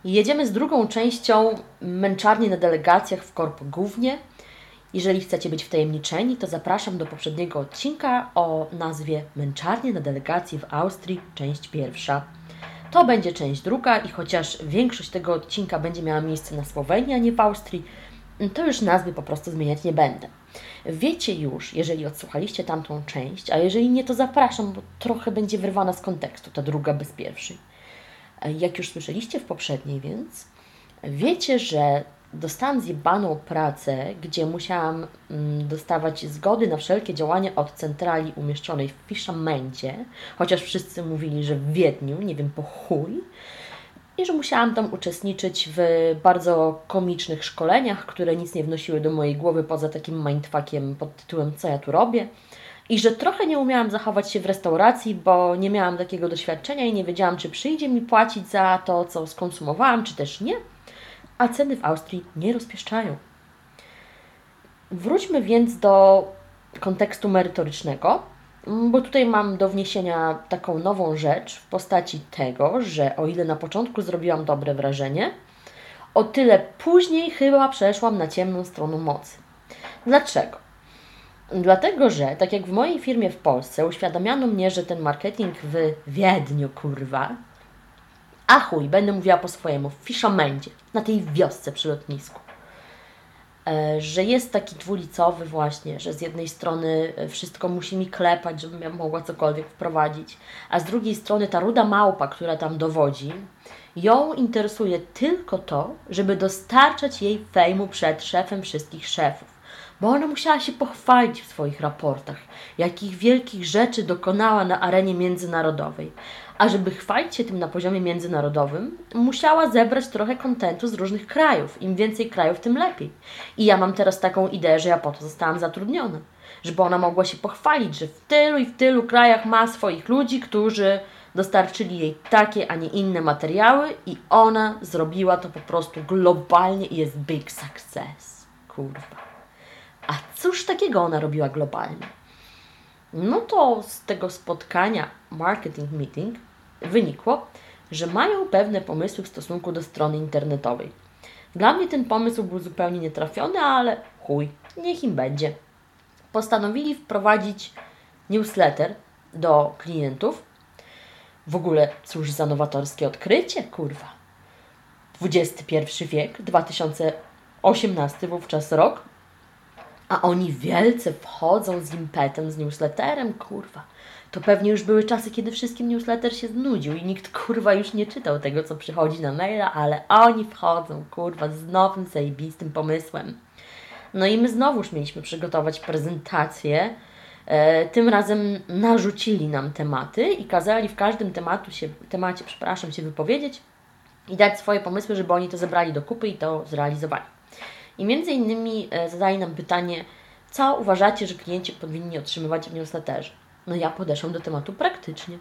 Jedziemy z drugą częścią męczarni na delegacjach w Corpo Głównie. Jeżeli chcecie być wtajemniczeni, to zapraszam do poprzedniego odcinka o nazwie Męczarnie na delegacji w Austrii, część pierwsza. To będzie część druga i chociaż większość tego odcinka będzie miała miejsce na Słowenii, a nie w Austrii, to już nazwy po prostu zmieniać nie będę. Wiecie już, jeżeli odsłuchaliście tamtą część, a jeżeli nie, to zapraszam, bo trochę będzie wyrwana z kontekstu, ta druga bez pierwszej. Jak już słyszeliście w poprzedniej, więc wiecie, że dostałam zjebaną pracę, gdzie musiałam dostawać zgody na wszelkie działania od centrali umieszczonej w Fiszamencie, chociaż wszyscy mówili, że w Wiedniu, nie wiem po chuj, i że musiałam tam uczestniczyć w bardzo komicznych szkoleniach, które nic nie wnosiły do mojej głowy poza takim mindfuckiem pod tytułem co ja tu robię. I że trochę nie umiałam zachować się w restauracji, bo nie miałam takiego doświadczenia i nie wiedziałam, czy przyjdzie mi płacić za to, co skonsumowałam, czy też nie. A ceny w Austrii nie rozpieszczają. Wróćmy więc do kontekstu merytorycznego, bo tutaj mam do wniesienia taką nową rzecz w postaci tego, że o ile na początku zrobiłam dobre wrażenie, o tyle później chyba przeszłam na ciemną stronę mocy. Dlaczego? Dlatego, że tak jak w mojej firmie w Polsce uświadamiano mnie, że ten marketing w Wiedniu, kurwa, a chuj, będę mówiła po swojemu, w Fiszamendzie, na tej wiosce przy lotnisku, że jest taki dwulicowy właśnie, że z jednej strony wszystko musi mi klepać, żebym ja mogła cokolwiek wprowadzić, a z drugiej strony ta ruda małpa, która tam dowodzi, ją interesuje tylko to, żeby dostarczać jej fejmu przed szefem wszystkich szefów. Bo ona musiała się pochwalić w swoich raportach, jakich wielkich rzeczy dokonała na arenie międzynarodowej. A żeby chwalić się tym na poziomie międzynarodowym, musiała zebrać trochę kontentu z różnych krajów. Im więcej krajów, tym lepiej. I ja mam teraz taką ideę, że ja po to zostałam zatrudniona. Żeby ona mogła się pochwalić, że w tylu i w tylu krajach ma swoich ludzi, którzy dostarczyli jej takie, a nie inne materiały i ona zrobiła to po prostu globalnie i jest big success. Kurwa. A cóż takiego ona robiła globalnie? No to z tego spotkania marketing meeting wynikło, że mają pewne pomysły w stosunku do strony internetowej. Dla mnie ten pomysł był zupełnie nietrafiony, ale chuj, niech im będzie. Postanowili wprowadzić newsletter do klientów. W ogóle cóż za nowatorskie odkrycie, kurwa. XXI wiek, 2018 wówczas rok. A oni wielce wchodzą z impetem, z newsletterem, kurwa. To pewnie już były czasy, kiedy wszystkim newsletter się znudził i nikt, kurwa, już nie czytał tego, co przychodzi na maila, ale oni wchodzą, kurwa, z nowym, zajebistym pomysłem. No i my znowuż mieliśmy przygotować prezentację. Tym razem narzucili nam tematy i kazali w każdym temacie się wypowiedzieć i dać swoje pomysły, żeby oni to zebrali do kupy i to zrealizowali. I między innymi zadali nam pytanie, co uważacie, że klienci powinni otrzymywać w newsletterze? No ja podeszłam do tematu praktycznie.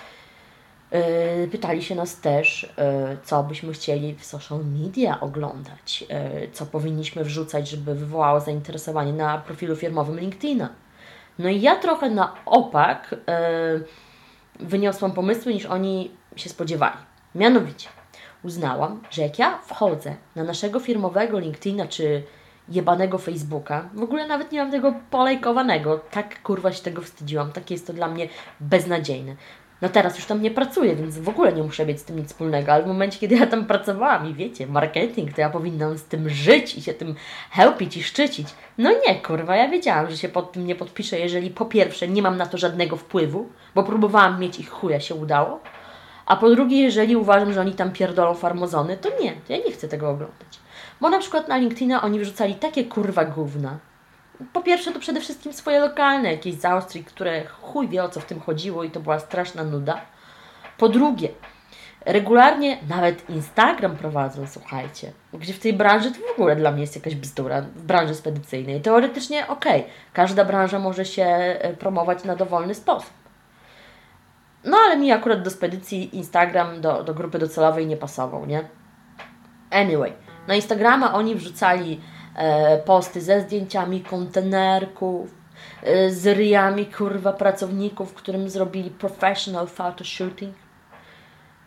Pytali się nas też, co byśmy chcieli w social media oglądać, co powinniśmy wrzucać, żeby wywołało zainteresowanie na profilu firmowym LinkedIna. No i ja trochę na opak wyniosłam pomysły, niż oni się spodziewali. Mianowicie, uznałam, że jak ja wchodzę na naszego firmowego LinkedIna czy jebanego Facebooka, w ogóle nawet nie mam tego polajkowanego, tak kurwa się tego wstydziłam, takie jest to dla mnie beznadziejne. No teraz już tam nie pracuję, więc w ogóle nie muszę mieć z tym nic wspólnego, ale w momencie, kiedy ja tam pracowałam i wiecie, marketing, to ja powinnam z tym żyć i się tym chełpić i szczycić. No nie, kurwa, ja wiedziałam, że się pod tym nie podpiszę, jeżeli po pierwsze nie mam na to żadnego wpływu, bo próbowałam mieć ich chuja się udało, a po drugie, jeżeli uważam, że oni tam pierdolą farmazony, to nie, to ja nie chcę tego oglądać. Bo na przykład na LinkedIna oni wrzucali takie kurwa gówna. Po pierwsze to przede wszystkim swoje lokalne, jakieś z Austrii, które chuj wie o co w tym chodziło i to była straszna nuda. Po drugie, regularnie nawet Instagram prowadzą, słuchajcie, gdzie w tej branży to w ogóle dla mnie jest jakaś bzdura, w branży spedycyjnej. Teoretycznie okej, każda branża może się promować na dowolny sposób. No ale mi akurat do spedycji Instagram, do grupy docelowej nie pasował, nie? Anyway, na Instagrama oni wrzucali posty ze zdjęciami kontenerków, z ryjami, kurwa, pracowników, którym zrobili professional photoshooting.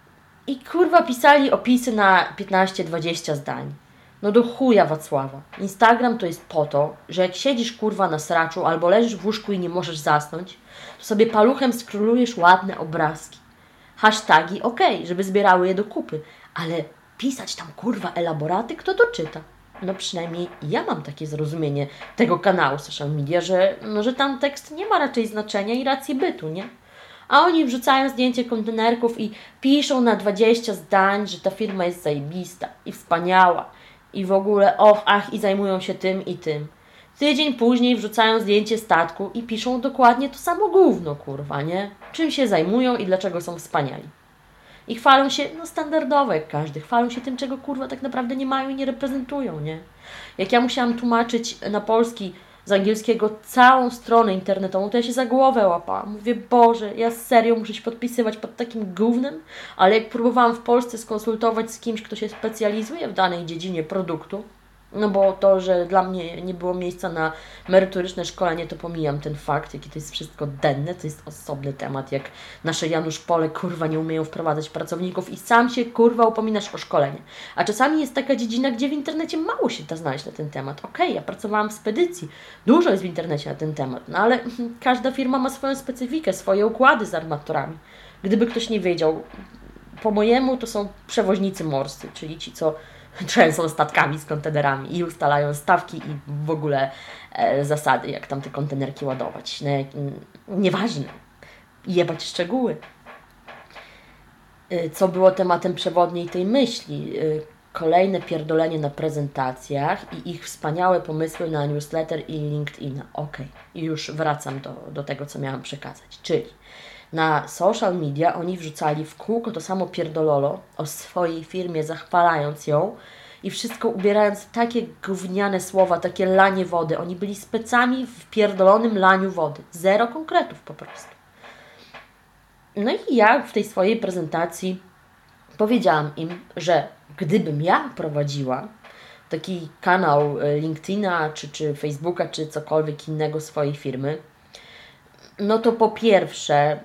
I kurwa pisali opisy na 15-20 zdań. No do chuja Wacława. Instagram to jest po to, że jak siedzisz kurwa na sraczu albo leżysz w łóżku i nie możesz zasnąć, to sobie paluchem skrolujesz ładne obrazki. Hashtagi okej, żeby zbierały je do kupy, ale pisać tam kurwa elaboraty, kto to czyta? No przynajmniej ja mam takie zrozumienie tego kanału social media, że tam tekst nie ma raczej znaczenia i racji bytu, nie? A oni wrzucają zdjęcie kontenerków i piszą na 20 zdań, że ta firma jest zajebista i wspaniała i w ogóle i zajmują się tym i tym. Tydzień później wrzucają zdjęcie statku i piszą dokładnie to samo gówno, kurwa, nie? Czym się zajmują i dlaczego są wspaniali. I chwalą się, no standardowo jak każdy, chwalą się tym, czego kurwa tak naprawdę nie mają i nie reprezentują, nie? Jak ja musiałam tłumaczyć na polski z angielskiego całą stronę internetową, to ja się za głowę łapałam. Mówię, Boże, ja serio muszę się podpisywać pod takim gównem? Ale jak próbowałam w Polsce skonsultować z kimś, kto się specjalizuje w danej dziedzinie produktu, no bo to, że dla mnie nie było miejsca na merytoryczne szkolenie, to pomijam ten fakt, jaki to jest wszystko denne, to jest osobny temat, jak nasze Janusz Pole, kurwa, nie umieją wprowadzać pracowników i sam się, kurwa, upominasz o szkolenie. A czasami jest taka dziedzina, gdzie w internecie mało się da znaleźć na ten temat. Okej, ja pracowałam w spedycji, dużo jest w internecie na ten temat, no ale każda firma ma swoją specyfikę, swoje układy z armatorami. Gdyby ktoś nie wiedział, po mojemu to są przewoźnicy morscy, czyli ci, co trzęsą statkami z kontenerami i ustalają stawki i w ogóle zasady, jak tam te kontenerki ładować. No, nieważne. Jebać szczegóły. Co było tematem przewodniej tej myśli? Kolejne pierdolenie na prezentacjach i ich wspaniałe pomysły na newsletter i LinkedIna. Okej, i już wracam do tego, co miałam przekazać. Czyli na social media oni wrzucali w kółko to samo pierdololo o swojej firmie, zachwalając ją i wszystko ubierając w takie gówniane słowa, takie lanie wody. Oni byli specami w pierdolonym laniu wody. Zero konkretów po prostu. No i ja w tej swojej prezentacji powiedziałam im, że gdybym ja prowadziła taki kanał LinkedIna, czy Facebooka, czy cokolwiek innego swojej firmy, no to po pierwsze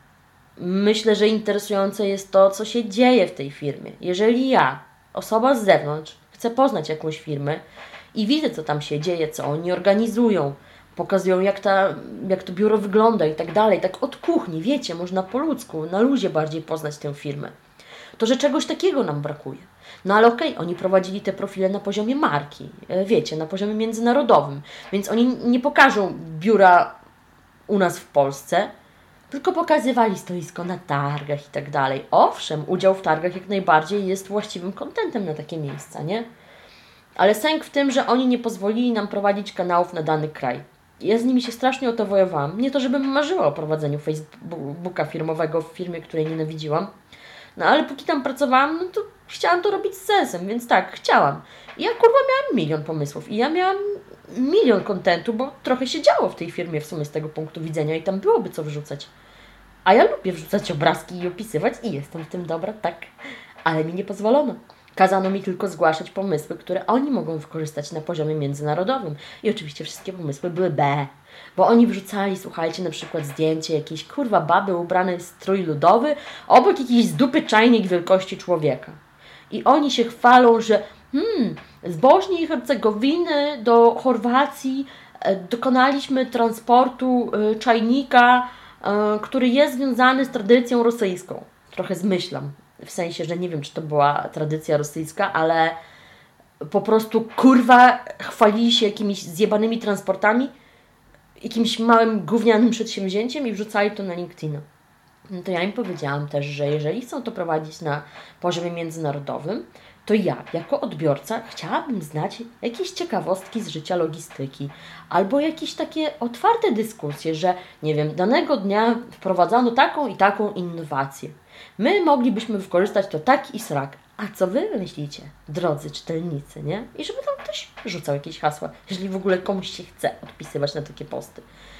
myślę, że interesujące jest to, co się dzieje w tej firmie. Jeżeli ja, osoba z zewnątrz, chcę poznać jakąś firmę i widzę, co tam się dzieje, co oni organizują, pokazują, jak to biuro wygląda i tak dalej, tak od kuchni, wiecie, można po ludzku, na luzie bardziej poznać tę firmę, to że czegoś takiego nam brakuje. No ale okej, oni prowadzili te profile na poziomie marki, wiecie, na poziomie międzynarodowym, więc oni nie pokażą biura u nas w Polsce, tylko pokazywali stoisko na targach i tak dalej. Owszem, udział w targach jak najbardziej jest właściwym kontentem na takie miejsca, nie? Ale sęk w tym, że oni nie pozwolili nam prowadzić kanałów na dany kraj. Ja z nimi się strasznie o to wojowałam. Nie to, żebym marzyła o prowadzeniu Facebooka firmowego w firmie, której nienawidziłam. No ale póki tam pracowałam, no to chciałam to robić z sensem, więc tak, chciałam. I ja kurwa miałam milion pomysłów i ja miałam milion kontentu, bo trochę się działo w tej firmie w sumie z tego punktu widzenia i tam byłoby co wrzucać. A ja lubię wrzucać obrazki i opisywać i jestem w tym dobra, tak. Ale mi nie pozwolono. Kazano mi tylko zgłaszać pomysły, które oni mogą wykorzystać na poziomie międzynarodowym. I oczywiście wszystkie pomysły były B. Bo oni wrzucali, słuchajcie, na przykład zdjęcie jakiejś kurwa baby ubranej w strój ludowy obok jakiejś z dupy czajnik wielkości człowieka. I oni się chwalą, że z Bośni i Hercegowiny do Chorwacji dokonaliśmy transportu czajnika, który jest związany z tradycją rosyjską. Trochę zmyślam. W sensie, że nie wiem, czy to była tradycja rosyjska, ale po prostu kurwa chwalili się jakimiś zjebanymi transportami, jakimś małym gównianym przedsięwzięciem i wrzucali to na LinkedIna. No to ja im powiedziałam też, że jeżeli chcą to prowadzić na poziomie międzynarodowym, to ja, jako odbiorca, chciałabym znać jakieś ciekawostki z życia logistyki albo jakieś takie otwarte dyskusje, że nie wiem, danego dnia wprowadzano taką i taką innowację. My moglibyśmy wykorzystać to tak i srak. A co Wy myślicie, drodzy czytelnicy, nie? I żeby tam ktoś rzucał jakieś hasła, jeżeli w ogóle komuś się chce odpisywać na takie posty.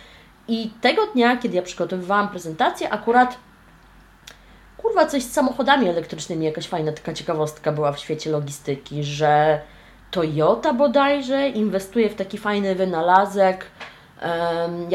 I tego dnia, kiedy ja przygotowywałam prezentację, akurat kurwa coś z samochodami elektrycznymi, jakaś fajna taka ciekawostka była w świecie logistyki, że Toyota bodajże inwestuje w taki fajny wynalazek jak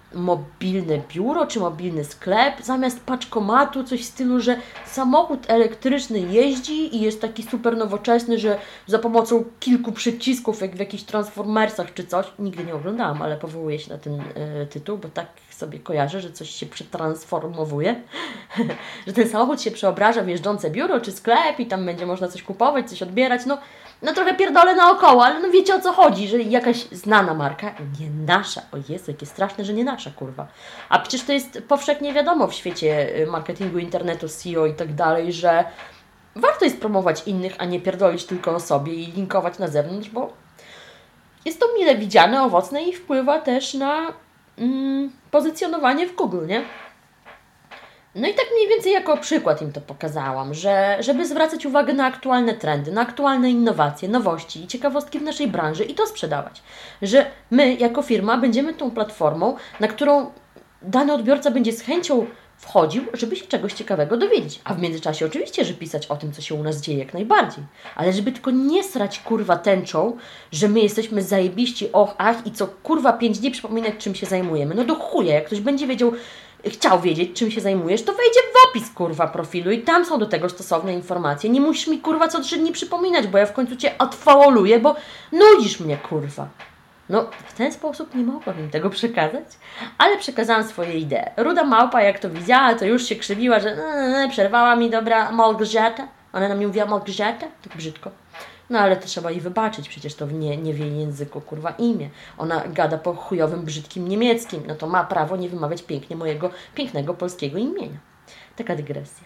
mobilne biuro czy mobilny sklep, zamiast paczkomatu coś w stylu, że samochód elektryczny jeździ i jest taki super nowoczesny, że za pomocą kilku przycisków, jak w jakichś Transformersach czy coś, nigdy nie oglądałam, ale powołuję się na ten tytuł, bo tak sobie kojarzę, że coś się przetransformowuje, że ten samochód się przeobraża w jeżdżące biuro czy sklep i tam będzie można coś kupować, coś odbierać, no trochę pierdolę naokoło, ale no wiecie o co chodzi, że jakaś znana marka, nie nasza, o Jezu, jakie straszne, że nie nasza, kurwa. A przecież to jest powszechnie wiadomo w świecie marketingu, internetu, SEO i tak dalej, że warto jest promować innych, a nie pierdolić tylko o sobie i linkować na zewnątrz, bo jest to mile widziane, owocne i wpływa też na pozycjonowanie w Google, nie? No i tak mniej więcej jako przykład im to pokazałam, że żeby zwracać uwagę na aktualne trendy, na aktualne innowacje, nowości i ciekawostki w naszej branży i to sprzedawać. Że my jako firma będziemy tą platformą, na którą dany odbiorca będzie z chęcią wchodził, żeby się czegoś ciekawego dowiedzieć. A w międzyczasie oczywiście, że pisać o tym, co się u nas dzieje jak najbardziej. Ale żeby tylko nie srać kurwa tęczą, że my jesteśmy zajebiści, och, ach i co kurwa 5 dni przypominać, czym się zajmujemy. No do chuja, jak ktoś będzie chciał wiedzieć, czym się zajmujesz, to wejdzie w opis, kurwa, profilu i tam są do tego stosowne informacje. Nie musisz mi, kurwa, co 3 dni przypominać, bo ja w końcu Cię odfauluję, bo nudzisz mnie, kurwa. No, w ten sposób nie mogłam im tego przekazać, ale przekazałam swoje idee. Ruda małpa, jak to widziała, to już się krzywiła, że przerwała mi, dobra, Małgorzata. Ona na mnie mówiła Małgorzata, tak brzydko. No ale to trzeba jej wybaczyć, przecież to nie w jej języku, kurwa, imię. Ona gada po chujowym, brzydkim niemieckim, no to ma prawo nie wymawiać pięknie mojego pięknego polskiego imienia. Taka dygresja.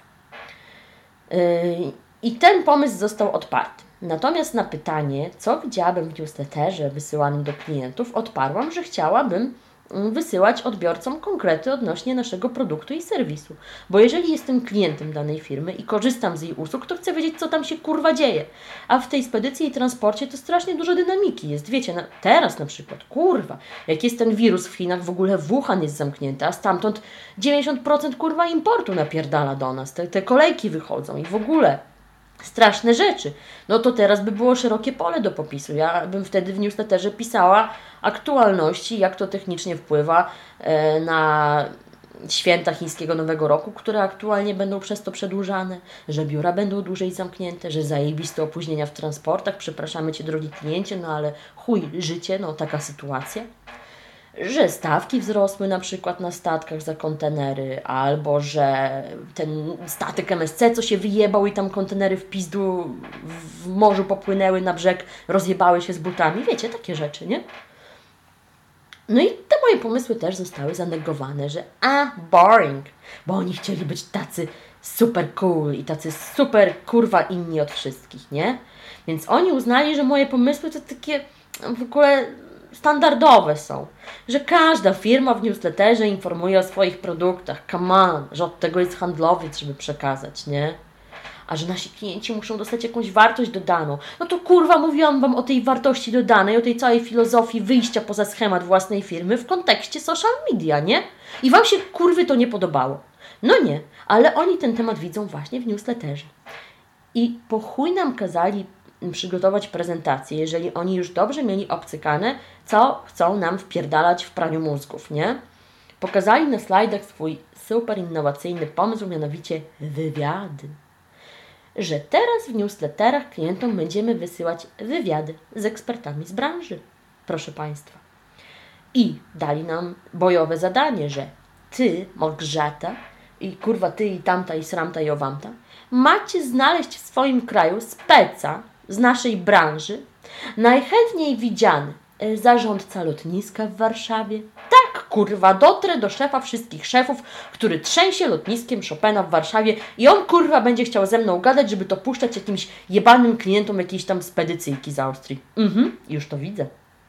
I ten pomysł został odparty. Natomiast na pytanie, co widziałabym w newsletterze wysyłanym do klientów, odparłam, że chciałabym wysyłać odbiorcom konkrety odnośnie naszego produktu i serwisu. Bo jeżeli jestem klientem danej firmy i korzystam z jej usług, to chcę wiedzieć, co tam się kurwa dzieje. A w tej spedycji i transporcie to strasznie dużo dynamiki jest. Wiecie, teraz na przykład, kurwa, jak jest ten wirus w Chinach, w ogóle Wuhan jest zamknięty, a stamtąd 90% kurwa importu napierdala do nas. Te kolejki wychodzą i w ogóle straszne rzeczy. No to teraz by było szerokie pole do popisu. Ja bym wtedy w newsletterze pisała aktualności, jak to technicznie wpływa na święta chińskiego Nowego Roku, które aktualnie będą przez to przedłużane, że biura będą dłużej zamknięte, że zajebiste opóźnienia w transportach, przepraszamy Cię drogi kliencie, no ale chuj, życie, no taka sytuacja. Że stawki wzrosły na przykład na statkach za kontenery, albo że ten statek MSC, co się wyjebał i tam kontenery w pizdu w morzu popłynęły na brzeg, rozjebały się z butami. Wiecie, takie rzeczy, nie? No i te moje pomysły też zostały zanegowane, że boring, bo oni chcieli być tacy super cool i tacy super kurwa inni od wszystkich, nie? Więc oni uznali, że moje pomysły to takie w ogóle standardowe są, że każda firma w newsletterze informuje o swoich produktach, come on, że od tego jest handlowiec, żeby przekazać, nie? A że nasi klienci muszą dostać jakąś wartość dodaną. No to kurwa, mówiłam Wam o tej wartości dodanej, o tej całej filozofii wyjścia poza schemat własnej firmy w kontekście social media, nie? I Wam się kurwy to nie podobało. No nie, ale oni ten temat widzą właśnie w newsletterze. I po chuj nam kazali przygotować prezentację, jeżeli oni już dobrze mieli obcykane, co chcą nam wpierdalać w praniu mózgów, nie? Pokazali na slajdach swój super innowacyjny pomysł, mianowicie wywiady. Że teraz w newsletterach klientom będziemy wysyłać wywiady z ekspertami z branży, proszę Państwa. I dali nam bojowe zadanie, że Ty, Małgorzata, i kurwa Ty i tamta i sramta i owamta, macie znaleźć w swoim kraju speca z naszej branży, najchętniej widziany zarządca lotniska w Warszawie. Tak, kurwa, dotrę do szefa wszystkich szefów, który trzęsie lotniskiem Chopina w Warszawie i on, kurwa, będzie chciał ze mną gadać, żeby to puszczać jakimś jebanym klientom jakiejś tam spedycyjki z Austrii. Już to widzę.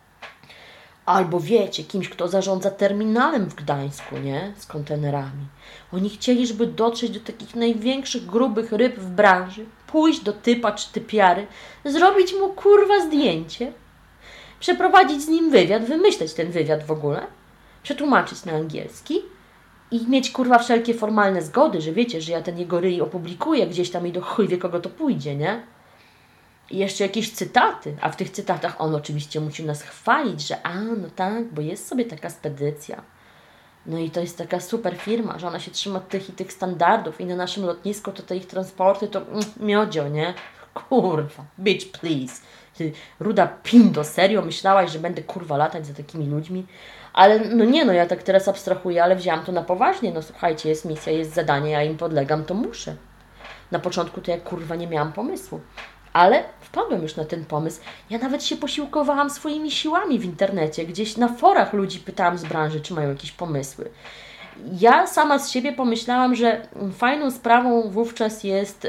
Albo wiecie, kimś, kto zarządza terminalem w Gdańsku, nie? Z kontenerami. Oni chcieli, żeby dotrzeć do takich największych, grubych ryb w branży, pójść do typa czy typiary, zrobić mu, kurwa, zdjęcie, przeprowadzić z nim wywiad, wymyśleć ten wywiad w ogóle, przetłumaczyć na angielski i mieć, kurwa, wszelkie formalne zgody, że wiecie, że ja ten jego ryj opublikuję gdzieś tam i do chuj wie, kogo to pójdzie, nie? I jeszcze jakieś cytaty, a w tych cytatach on oczywiście musi nas chwalić, że no tak, bo jest sobie taka spedycja. No i to jest taka super firma, że ona się trzyma tych i tych standardów i na naszym lotnisku to te ich transporty to miodzio, nie? Kurwa, bitch please. Ty, ruda pindo, serio myślałaś, że będę kurwa latać za takimi ludźmi? Ale no nie no, ja tak teraz abstrahuję, ale wzięłam to na poważnie. No słuchajcie, jest misja, jest zadanie, ja im podlegam, to muszę. Na początku to ja kurwa nie miałam pomysłu. Ale wpadłem już na ten pomysł. Ja nawet się posiłkowałam swoimi siłami w internecie. Gdzieś na forach ludzi pytałam z branży, czy mają jakieś pomysły. Ja sama z siebie pomyślałam, że fajną sprawą wówczas jest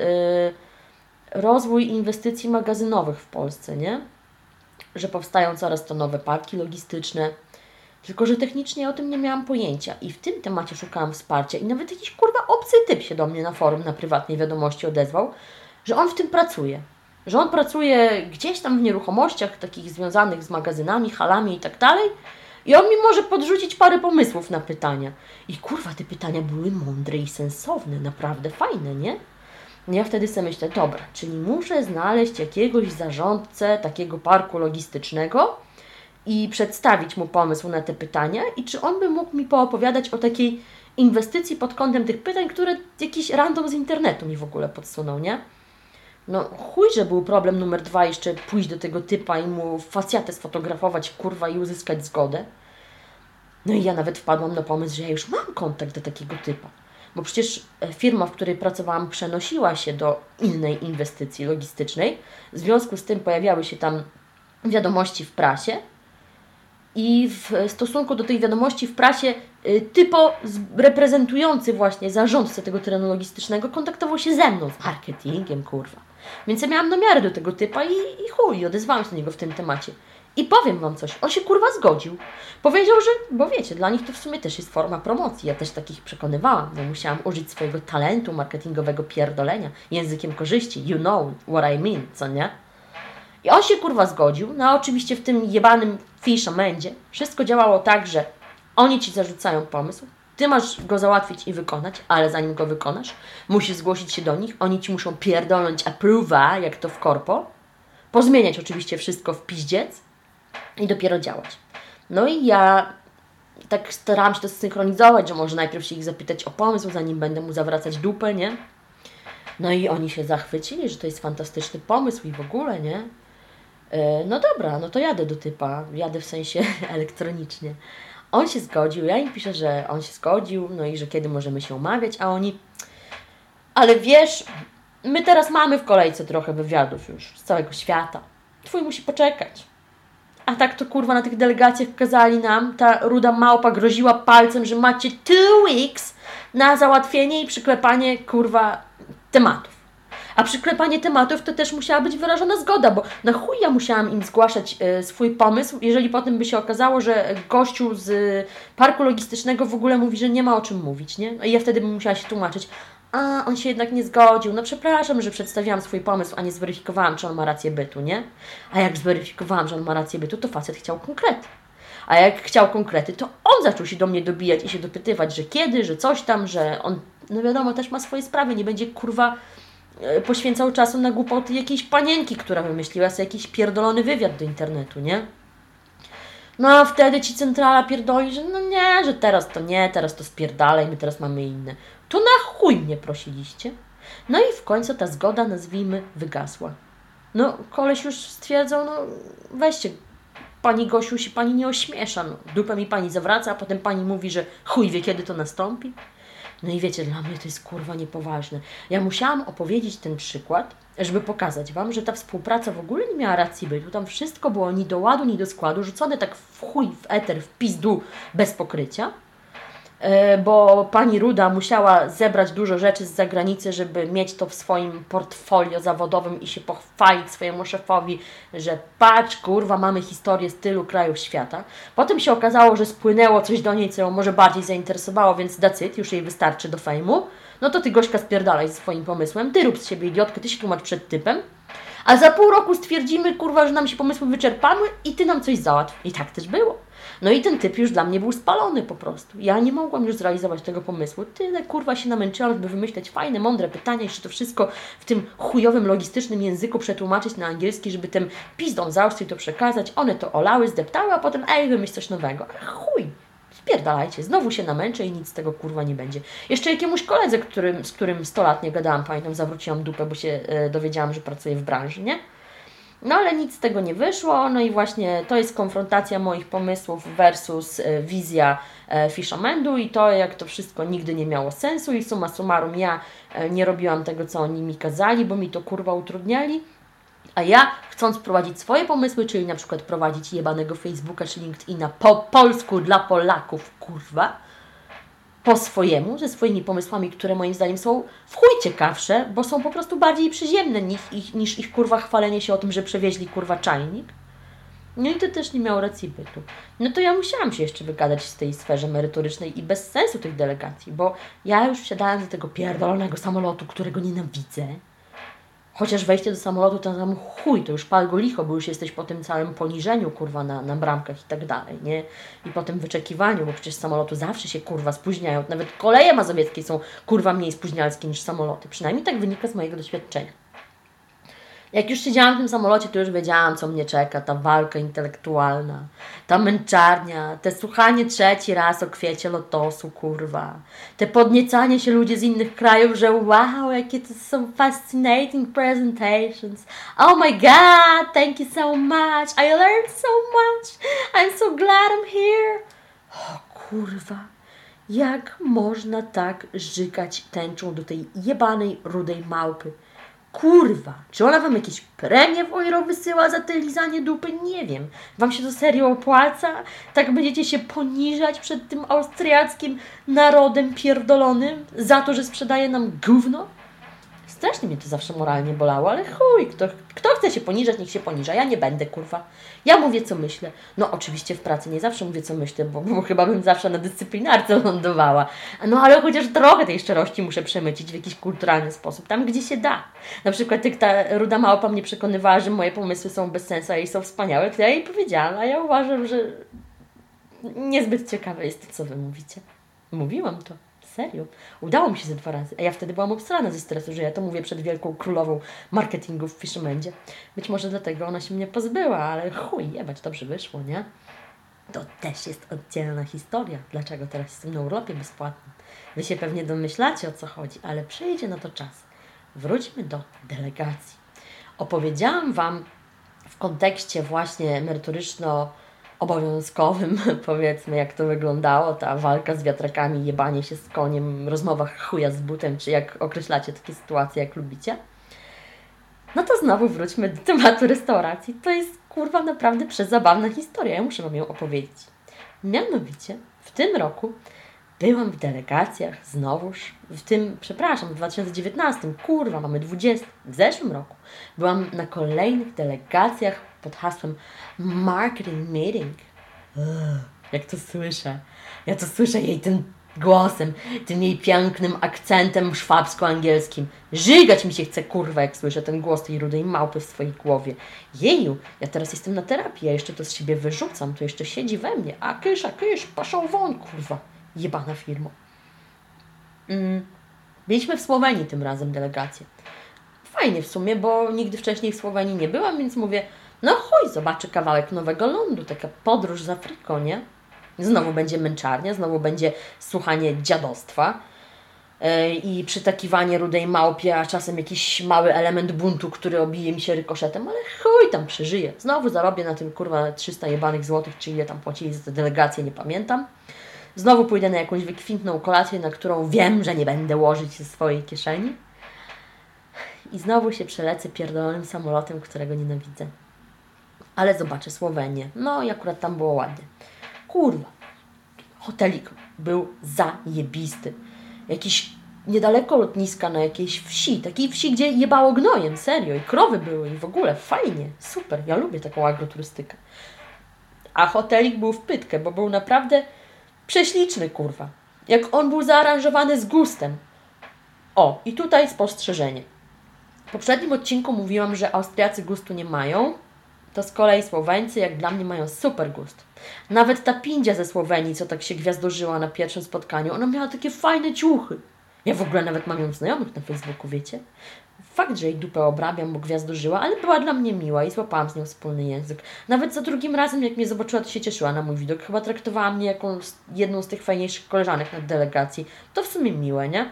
rozwój inwestycji magazynowych w Polsce, nie? Że powstają coraz to nowe parki logistyczne. Tylko że technicznie o tym nie miałam pojęcia i w tym temacie szukałam wsparcia i nawet jakiś kurwa obcy typ się do mnie na forum, na prywatnej wiadomości odezwał, że on w tym pracuje. Że on pracuje gdzieś tam w nieruchomościach takich związanych z magazynami, halami i tak dalej i on mi może podrzucić parę pomysłów na pytania. I kurwa, te pytania były mądre i sensowne, naprawdę fajne, nie? Ja wtedy sobie myślę, dobra, czyli muszę znaleźć jakiegoś zarządcę takiego parku logistycznego i przedstawić mu pomysł na te pytania i czy on by mógł mi poopowiadać o takiej inwestycji pod kątem tych pytań, które jakiś random z internetu mi w ogóle podsunął, nie? No chuj, że był problem numer 2, jeszcze pójść do tego typa i mu facjatę sfotografować, kurwa, i uzyskać zgodę. No i ja nawet wpadłam na pomysł, że ja już mam kontakt do takiego typa. Bo przecież firma, w której pracowałam, przenosiła się do innej inwestycji logistycznej. W związku z tym pojawiały się tam wiadomości w prasie. I w stosunku do tych wiadomości w prasie typo reprezentujący właśnie zarządcę tego terenu logistycznego kontaktował się ze mną z marketingiem, kurwa. Więc ja miałam namiary do tego typa i chuj, odezwałam się do niego w tym temacie. I powiem Wam coś, on się kurwa zgodził. Powiedział, że, bo wiecie, dla nich to w sumie też jest forma promocji. Ja też takich przekonywałam. No, musiałam użyć swojego talentu marketingowego pierdolenia językiem korzyści. You know what I mean, co nie? I on się kurwa zgodził. No oczywiście w tym jebanym fiszamendzie wszystko działało tak, że oni Ci zarzucają pomysł, Ty masz go załatwić i wykonać, ale zanim go wykonasz, musisz zgłosić się do nich, oni Ci muszą pierdolnąć approve'a, jak to w korpo, pozmieniać oczywiście wszystko w piździec i dopiero działać. No i ja tak starałam się to zsynchronizować, że może najpierw się ich zapytać o pomysł, zanim będę mu zawracać dupę, nie? No i oni się zachwycili, że to jest fantastyczny pomysł i w ogóle, nie? No dobra, no to jadę do typa, jadę w sensie elektronicznie. On się zgodził, ja im piszę, że on się zgodził, no i że kiedy możemy się umawiać, a oni... Ale wiesz, my teraz mamy w kolejce trochę wywiadów już z całego świata. Twój musi poczekać. A tak to kurwa na tych delegacjach kazali nam, ta ruda małpa groziła palcem, że macie 2 weeks na załatwienie i przyklepanie kurwa tematów. A przyklepanie tematów to też musiała być wyrażona zgoda, bo na chuj ja musiałam im zgłaszać swój pomysł, jeżeli potem by się okazało, że gościu z parku logistycznego w ogóle mówi, że nie ma o czym mówić, nie? I ja wtedy bym musiała się tłumaczyć, a on się jednak nie zgodził, no przepraszam, że przedstawiłam swój pomysł, a nie zweryfikowałam, czy on ma rację bytu, nie? A jak zweryfikowałam, że on ma rację bytu, to facet chciał konkrety. A jak chciał konkrety, to on zaczął się do mnie dobijać i się dopytywać, że kiedy, że coś tam, że on, no wiadomo, też ma swoje sprawy, nie będzie kurwa poświęcał czasu na głupoty jakiejś panienki, która wymyśliła sobie jakiś pierdolony wywiad do internetu, nie? No a wtedy Ci centrala pierdoli, że no nie, że teraz to nie, teraz to spierdalaj, my teraz mamy inne. To na chuj mnie prosiliście. No i w końcu ta zgoda, nazwijmy, wygasła. No koleś już stwierdzał, no weźcie, Pani Gosiu, się Pani nie ośmiesza, no dupę mi Pani zawraca, a potem Pani mówi, że chuj wie kiedy to nastąpi. No i wiecie, dla mnie to jest kurwa niepoważne. Ja musiałam opowiedzieć ten przykład, żeby pokazać Wam, że ta współpraca w ogóle nie miała racji bytu. Tam wszystko było ni do ładu, ni do składu, rzucone tak w chuj, w eter, w pizdu, bez pokrycia. Bo pani Ruda musiała zebrać dużo rzeczy z zagranicy, żeby mieć to w swoim portfolio zawodowym i się pochwalić swojemu szefowi, że patrz, kurwa, mamy historię z tylu krajów świata. Potem się okazało, że spłynęło coś do niej, co ją może bardziej zainteresowało, więc that's it, już jej wystarczy do fejmu. No to Ty, Gośka, spierdalaj ze swoim pomysłem, Ty rób z siebie idiotkę, Ty się tłumacz przed typem. A za pół roku stwierdzimy, kurwa, że nam się pomysły wyczerpały i Ty nam coś załatw. I tak też było. No i ten typ już dla mnie był spalony po prostu. Ja nie mogłam już zrealizować tego pomysłu. Tyle kurwa się namęczyłam, żeby wymyśleć fajne, mądre pytania, jeszcze to wszystko w tym chujowym, logistycznym języku przetłumaczyć na angielski, żeby tym pizdom z Austrii to przekazać. One to olały, zdeptały, a potem wymyśl coś nowego. Chuj! wpierdalajcie, znowu się namęczę i nic z tego kurwa nie będzie. Jeszcze jakiemuś koledze, z którym 100 lat nie gadałam, pamiętam, zawróciłam dupę, bo się dowiedziałam, że pracuje w branży, nie? No ale nic z tego nie wyszło, no i właśnie to jest konfrontacja moich pomysłów versus wizja Fishamendu i to, jak to wszystko nigdy nie miało sensu i summa summarum ja nie robiłam tego, co oni mi kazali, bo mi to kurwa utrudniali, a ja chcąc prowadzić swoje pomysły, czyli na przykład prowadzić jebanego Facebooka czy LinkedIna po polsku dla Polaków, kurwa, po swojemu, ze swoimi pomysłami, które moim zdaniem są w chuj ciekawsze, bo są po prostu bardziej przyziemne niż ich kurwa chwalenie się o tym, że przewieźli kurwa czajnik. No i to też nie miało racji bytu. No to ja musiałam się jeszcze wygadać w tej sferze merytorycznej i bez sensu tych delegacji, bo ja już wsiadałam do tego pierdolonego samolotu, którego nienawidzę. Chociaż wejście do samolotu to tam chuj, to już pal go licho, bo już jesteś po tym całym poniżeniu, kurwa, na bramkach i tak dalej, nie? I po tym wyczekiwaniu, bo przecież samoloty zawsze się, kurwa, spóźniają. Nawet koleje mazowieckie są, kurwa, mniej spóźnialskie niż samoloty. Przynajmniej tak wynika z mojego doświadczenia. Jak już siedziałam w tym samolocie, to już wiedziałam, co mnie czeka. Ta walka intelektualna, ta męczarnia, te słuchanie trzeci raz o kwiecie lotosu, kurwa. Te podniecanie się ludzi z innych krajów, że wow, jakie to są fascinating presentations. Oh my god, thank you so much. I learned so much. I'm so glad I'm here. O kurwa, jak można tak żygać tęczą do tej jebanej, rudej małpy? Kurwa, czy ona Wam jakieś premie w euro wysyła za te lizanie dupy? Nie wiem. Wam się to serio opłaca? Tak będziecie się poniżać przed tym austriackim narodem pierdolonym za to, że sprzedaje nam gówno? Strasznie mnie to zawsze moralnie bolało, ale chuj, kto chce się poniżać, niech się poniża. Ja nie będę, kurwa. Ja mówię, co myślę. No oczywiście w pracy nie zawsze mówię, co myślę, bo chyba bym zawsze na dyscyplinarce lądowała. No ale chociaż trochę tej szczerości muszę przemycić w jakiś kulturalny sposób, tam gdzie się da. Na przykład jak ta ruda małpa mnie przekonywała, że moje pomysły są bez sensu, a jej są wspaniałe, to ja jej powiedziałam, a ja uważam, że niezbyt ciekawe jest to, co Wy mówicie. Mówiłam to. Serio. Udało mi się ze 2 razy. A ja wtedy byłam obstrana ze stresu, że ja to mówię przed wielką królową marketingu w Fishermandzie. Być może dlatego ona się mnie pozbyła, ale chuj, jebać, dobrze wyszło, nie? To też jest oddzielna historia. Dlaczego teraz jestem na urlopie bezpłatnym? Wy się pewnie domyślacie, o co chodzi, ale przyjdzie na to czas. Wróćmy do delegacji. Opowiedziałam Wam w kontekście właśnie merytoryczno-obowiązkowym, powiedzmy, jak to wyglądało, ta walka z wiatrakami, jebanie się z koniem, rozmowa chuja z butem, czy jak określacie takie sytuacje, jak lubicie. No to znowu wróćmy do tematu restauracji. To jest, kurwa, naprawdę przezabawna historia. Ja muszę Wam ją opowiedzieć. Mianowicie, w tym roku byłam w delegacjach znowuż, w 2019, kurwa, mamy 20, w zeszłym roku. Byłam na kolejnych delegacjach pod hasłem Marketing Meeting. Jak to słyszę. Ja to słyszę jej tym głosem, tym jej pięknym akcentem szwabsko-angielskim. Żygać mi się chce, kurwa, jak słyszę ten głos tej rudej małpy w swojej głowie. Jeju, ja teraz jestem na terapii, ja jeszcze to z siebie wyrzucam, to jeszcze siedzi we mnie. A kysz, paszą won, kurwa. Jebana firma. Byliśmy w Słowenii tym razem delegację. Fajnie w sumie, bo nigdy wcześniej w Słowenii nie byłam, więc mówię, no chuj, zobaczę kawałek nowego lądu, taka podróż z Afryką, nie? Znowu będzie męczarnia, znowu będzie słuchanie dziadostwa i przytakiwanie rudej małpie, a czasem jakiś mały element buntu, który obije mi się rykoszetem, ale chuj, tam przeżyję. Znowu zarobię na tym, kurwa, 300 jebanych złotych, czy ile tam płacili za tę delegację, nie pamiętam. Znowu pójdę na jakąś wykwintną kolację, na którą wiem, że nie będę łożyć ze swojej kieszeni. I znowu się przelecę pierdolonym samolotem, którego nienawidzę. Ale zobaczę Słowenię. No i akurat tam było ładnie. Kurwa. Hotelik był zajebisty. Jakiś niedaleko lotniska na jakiejś wsi. Takiej wsi, gdzie jebało gnojem. Serio. I krowy były. I w ogóle fajnie. Super. Ja lubię taką agroturystykę. A hotelik był w pytkę, bo był naprawdę prześliczny, kurwa. Jak on był zaaranżowany z gustem. O, i tutaj spostrzeżenie. W poprzednim odcinku mówiłam, że Austriacy gustu nie mają, to z kolei Słoweńcy, jak dla mnie, mają super gust. Nawet ta Pindzia ze Słowenii, co tak się gwiazdorzyła na pierwszym spotkaniu, ona miała takie fajne ciuchy. Ja w ogóle nawet mam ją znajomych na Facebooku, wiecie? Fakt, że jej dupę obrabiam, bo gwiazdożyła, ale była dla mnie miła i złapałam z nią wspólny język. Nawet za drugim razem, jak mnie zobaczyła, to się cieszyła na mój widok. Chyba traktowała mnie jako jedną z tych fajniejszych koleżanek na delegacji. To w sumie miłe, nie?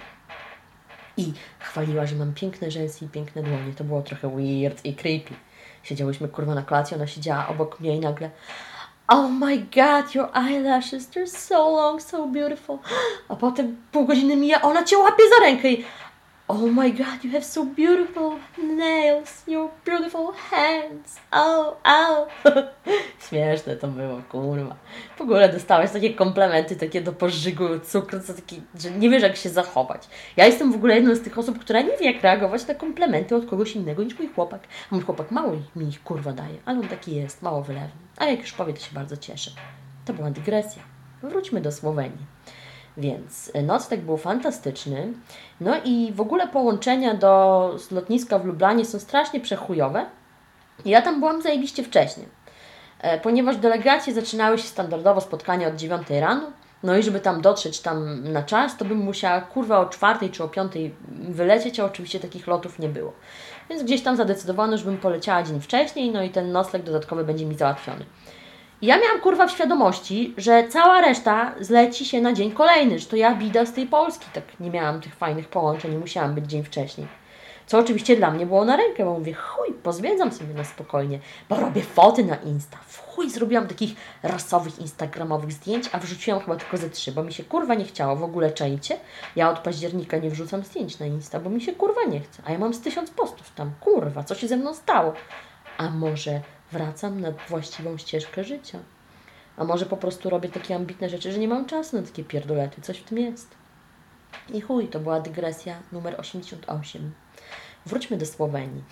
I chwaliła, że mam piękne rzęsy i piękne dłonie. To było trochę weird i creepy. Siedziałyśmy kurwa na kolacji, ona siedziała obok mnie i nagle oh my god, your eyelashes, they're so long, so beautiful. A potem pół godziny mija, ona cię łapie za rękę i oh my god, you have so beautiful nails, your beautiful hands, oh, oh. Śmieszne to było, kurwa. W ogóle dostałeś takie komplementy, takie do pożygu cukru, co taki, że nie wiesz jak się zachować. Ja jestem w ogóle jedną z tych osób, która nie wie jak reagować na komplementy od kogoś innego niż mój chłopak. A mój chłopak mało mi ich kurwa daje, ale on taki jest, mało wylewny. A jak już powie, to się bardzo cieszę. To była dygresja. Wróćmy do Słowenii. Więc nocleg był fantastyczny. No i w ogóle połączenia z lotniska w Lublanie są strasznie przechujowe. Ja tam byłam zajebiście wcześnie. Ponieważ delegacje zaczynały się standardowo spotkania od 9 rano. No i żeby tam dotrzeć tam na czas, to bym musiała kurwa o 4 czy o 5 wylecieć, a oczywiście takich lotów nie było. Więc gdzieś tam zadecydowano, żebym poleciała dzień wcześniej, no i ten nocleg dodatkowy będzie mi załatwiony. I ja miałam kurwa w świadomości, że cała reszta zleci się na dzień kolejny, że to ja bida z tej Polski, tak nie miałam tych fajnych połączeń i musiałam być dzień wcześniej. Co oczywiście dla mnie było na rękę, bo mówię, chuj, pozwiedzam sobie na spokojnie, bo robię foty na Insta. W chuj zrobiłam takich rasowych, instagramowych zdjęć, a wrzuciłam chyba tylko ze 3, bo mi się kurwa nie chciało. W ogóle czajcie, ja od października nie wrzucam zdjęć na Insta, bo mi się kurwa nie chce. A ja mam z 1000 postów tam, kurwa, co się ze mną stało? A może wracam na właściwą ścieżkę życia? A może po prostu robię takie ambitne rzeczy, że nie mam czasu na takie pierdolety, coś w tym jest. I chuj, to była dygresja numer 88. Wróćmy do Słowenii.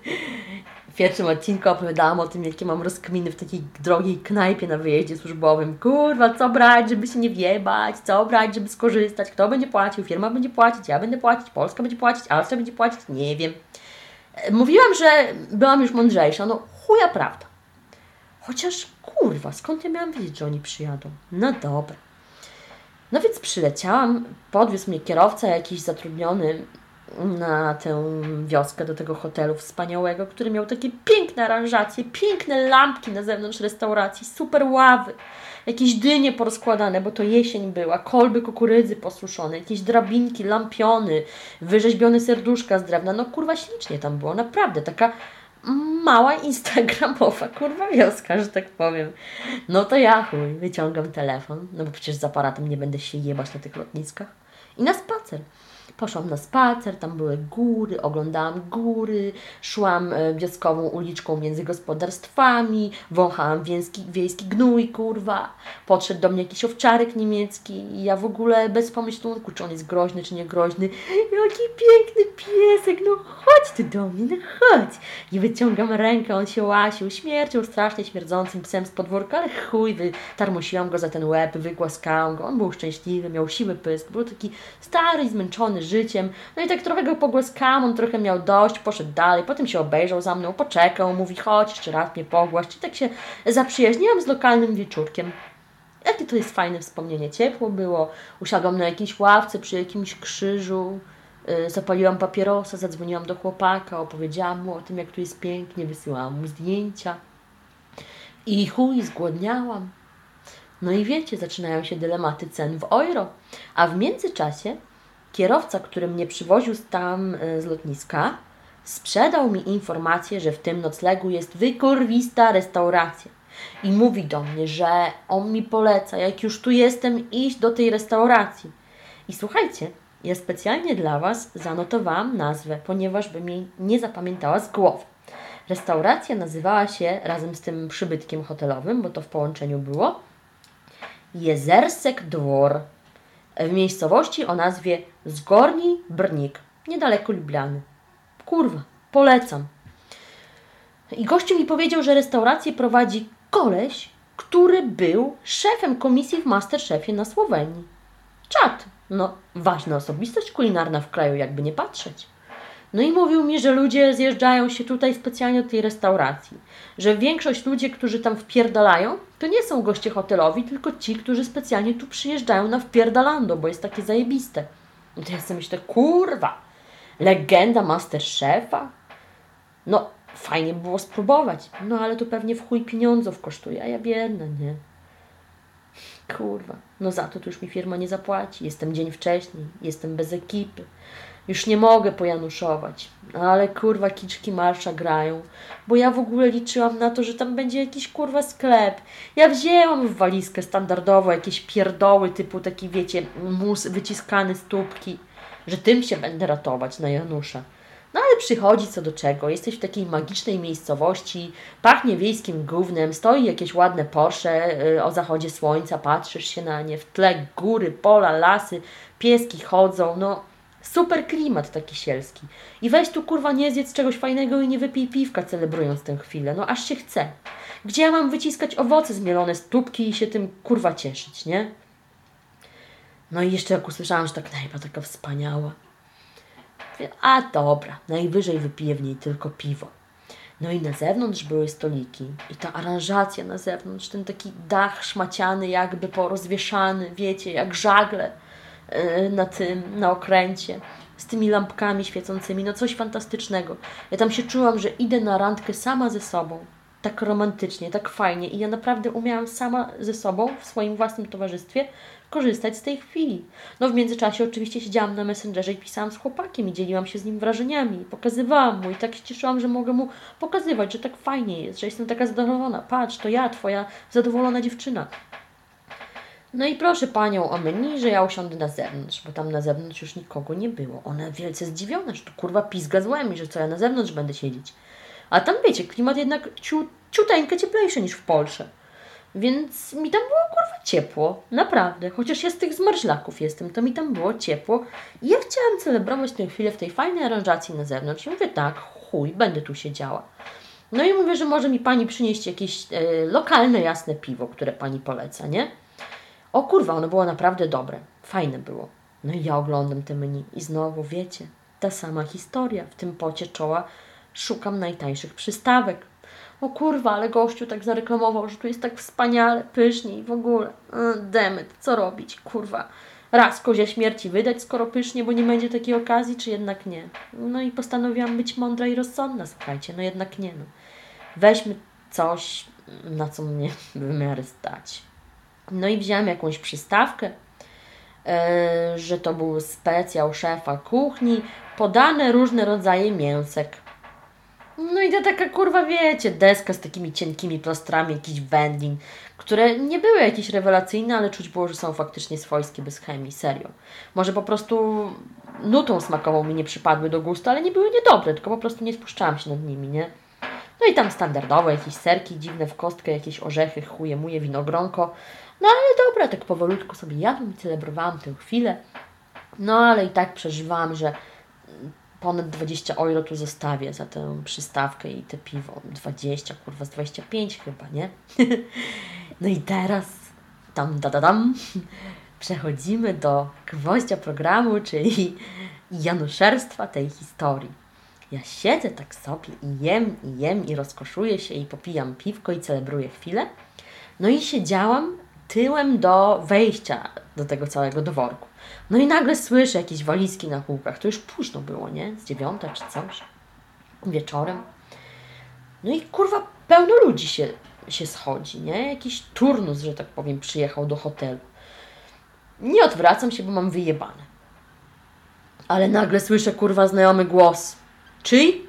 W pierwszym odcinku opowiadałam o tym, jakie mam rozkminy w takiej drogiej knajpie na wyjeździe służbowym. Kurwa, co brać, żeby się nie wjebać, co brać, żeby skorzystać, kto będzie płacił, firma będzie płacić, ja będę płacić, Polska będzie płacić, Austria będzie płacić, nie wiem. Mówiłam, że byłam już mądrzejsza, no chuja prawda. Chociaż kurwa, skąd ja miałam wiedzieć, że oni przyjadą? No dobra. No więc przyleciałam, podwiózł mnie kierowca jakiś zatrudniony na tę wioskę, do tego hotelu wspaniałego, który miał takie piękne aranżacje, piękne lampki na zewnątrz restauracji, super ławy, jakieś dynie porozkładane, bo to jesień była, kolby kukurydzy posuszone, jakieś drabinki, lampiony, wyrzeźbione serduszka z drewna, no kurwa ślicznie tam było, naprawdę, taka mała instagramowa kurwa wioska, że tak powiem. No to ja chuj, wyciągam telefon, no bo przecież z aparatem nie będę się jebać na tych lotniskach i na spacer. Poszłam na spacer, tam były góry, oglądałam góry, szłam wioskową uliczką między gospodarstwami, wąchałam wiejski gnój, kurwa. Podszedł do mnie jakiś owczarek niemiecki i ja w ogóle bez pomyślunku, czy on jest groźny, czy nie groźny. Jaki piękny piesek, no chodź ty do mnie, no chodź. I wyciągam rękę, on się łasił śmiercią, strasznie śmierdzącym psem z podwórka, ale chuj, tarmosiłam go za ten łeb, wygłaskałam go, on był szczęśliwy, miał siły pysk, był taki stary i zmęczony życiem. No i tak trochę go pogłaskałam, on trochę miał dość, poszedł dalej, potem się obejrzał za mną, poczekał, mówi chodź, jeszcze raz mnie pogłasz. I tak się zaprzyjaźniłam z lokalnym wieczórkiem. Jakie to jest fajne wspomnienie, ciepło było, usiadłam na jakiejś ławce przy jakimś krzyżu, zapaliłam papierosa, zadzwoniłam do chłopaka, opowiedziałam mu o tym, jak tu jest pięknie, wysyłałam mu zdjęcia i chuj, zgłodniałam. No i wiecie, zaczynają się dylematy cen w euro, a w międzyczasie kierowca, który mnie przywoził tam z lotniska, sprzedał mi informację, że w tym noclegu jest wykurwista restauracja. I mówi do mnie, że on mi poleca, jak już tu jestem, iść do tej restauracji. I słuchajcie, ja specjalnie dla Was zanotowałam nazwę, ponieważ bym jej nie zapamiętała z głowy. Restauracja nazywała się, razem z tym przybytkiem hotelowym, bo to w połączeniu było, Jezersek Dwór, w miejscowości o nazwie Zgorni Brnik, niedaleko Lublany. Kurwa, polecam. I gościu mi powiedział, że restaurację prowadzi koleś, który był szefem komisji w Masterchefie na Słowenii. Czad, no ważna osobistość kulinarna w kraju, jakby nie patrzeć. No i mówił mi, że ludzie zjeżdżają się tutaj specjalnie do tej restauracji. Że większość ludzi, którzy tam wpierdalają, to nie są goście hotelowi, tylko ci, którzy specjalnie tu przyjeżdżają na wpierdalando, bo jest takie zajebiste. No to ja sobie myślę, kurwa, legenda Masterchefa? No, fajnie by było spróbować. No, ale to pewnie w chuj pieniądzów kosztuje, a ja biedna, nie? Kurwa, no za to już mi firma nie zapłaci. Jestem dzień wcześniej, jestem bez ekipy. Już nie mogę pojanuszować. Ale kurwa, kiczki marsza grają. Bo ja w ogóle liczyłam na to, że tam będzie jakiś kurwa sklep. Ja wzięłam w walizkę standardowo jakieś pierdoły typu taki, wiecie, mus wyciskany z tubki. Że tym się będę ratować na Janusza. No ale przychodzi co do czego. Jesteś w takiej magicznej miejscowości, pachnie wiejskim gównem, stoi jakieś ładne Porsche o zachodzie słońca, patrzysz się na nie, w tle góry, pola, lasy, pieski chodzą, no super klimat taki sielski. I weź tu kurwa nie zjedz czegoś fajnego i nie wypij piwka celebrując tę chwilę, no aż się chce. Gdzie ja mam wyciskać owoce zmielone z tubki i się tym kurwa cieszyć, nie? No i jeszcze jak usłyszałam, że ta knajpa taka wspaniała. A dobra, najwyżej wypiję w niej tylko piwo. No i na zewnątrz były stoliki i ta aranżacja na zewnątrz, ten taki dach szmaciany jakby porozwieszany, wiecie, jak żagle na okręcie, z tymi lampkami świecącymi, no coś fantastycznego. Ja tam się czułam, że idę na randkę sama ze sobą, tak romantycznie, tak fajnie i ja naprawdę umiałam sama ze sobą, w swoim własnym towarzystwie, korzystać z tej chwili. No w międzyczasie oczywiście siedziałam na Messengerze i pisałam z chłopakiem i dzieliłam się z nim wrażeniami i pokazywałam mu i tak się cieszyłam, że mogę mu pokazywać, że tak fajnie jest, że jestem taka zadowolona. Patrz, to ja, twoja zadowolona dziewczyna. No i proszę panią o menu, że ja usiądę na zewnątrz, bo tam na zewnątrz już nikogo nie było. Ona wielce zdziwiona, że to kurwa pizga z łemi, że co ja na zewnątrz będę siedzieć. A tam wiecie, klimat jednak ciuteńkę cieplejszy niż w Polsce. Więc mi tam było kurwa ciepło, naprawdę. Chociaż ja z tych zmarzlaków jestem, to mi tam było ciepło. I ja chciałam celebrować tę chwilę w tej fajnej aranżacji na zewnątrz. I mówię tak, chuj, będę tu siedziała. No i mówię, że może mi pani przynieść jakieś lokalne, jasne piwo, które pani poleca, nie? O kurwa, ono było naprawdę dobre. Fajne było. No i ja oglądam te menu i znowu, wiecie, ta sama historia. W tym pocie czoła szukam najtańszych przystawek. O kurwa, ale gościu tak zareklamował, że tu jest tak wspaniale, pysznie i w ogóle. Demet, co robić, kurwa. Raz kozie śmierci wydać, skoro pysznie, bo nie będzie takiej okazji, czy jednak nie? No i postanowiłam być mądra i rozsądna, słuchajcie, no jednak nie, no. Weźmy coś, na co mnie w miarę stać. No i wziąłem jakąś przystawkę, że to był specjał szefa kuchni, podane różne rodzaje mięsek. No i to taka kurwa, wiecie, deska z takimi cienkimi plastrami, jakiś wędlin, które nie były jakieś rewelacyjne, ale czuć było, że są faktycznie swojskie, bez chemii, serio. Może po prostu nutą smakową mi nie przypadły do gustu, ale nie były niedobre, tylko po prostu nie spuszczałam się nad nimi, nie? No i tam standardowo jakieś serki dziwne w kostkę, jakieś orzechy, chuje, muje, winogronko. No ale dobra, tak powolutku sobie jadłam i celebrowałam tę chwilę. No ale i tak przeżywałam, że ponad 20 euro tu zostawię za tę przystawkę i te piwo. 20, kurwa, z 25 chyba, nie? No i teraz przechodzimy do gwoździa programu, czyli januszerstwa tej historii. Ja siedzę tak sobie i jem i rozkoszuję się i popijam piwko i celebruję chwilę. No i siedziałam tyłem do wejścia do tego całego dworku. No i nagle słyszę jakieś walizki na półkach. To już późno było, nie? Z 9 czy coś. Wieczorem. No i kurwa pełno ludzi się schodzi, nie? Jakiś turnus, że tak powiem, przyjechał do hotelu. Nie odwracam się, bo mam wyjebane. Ale nagle słyszę kurwa znajomy głos. Czyj?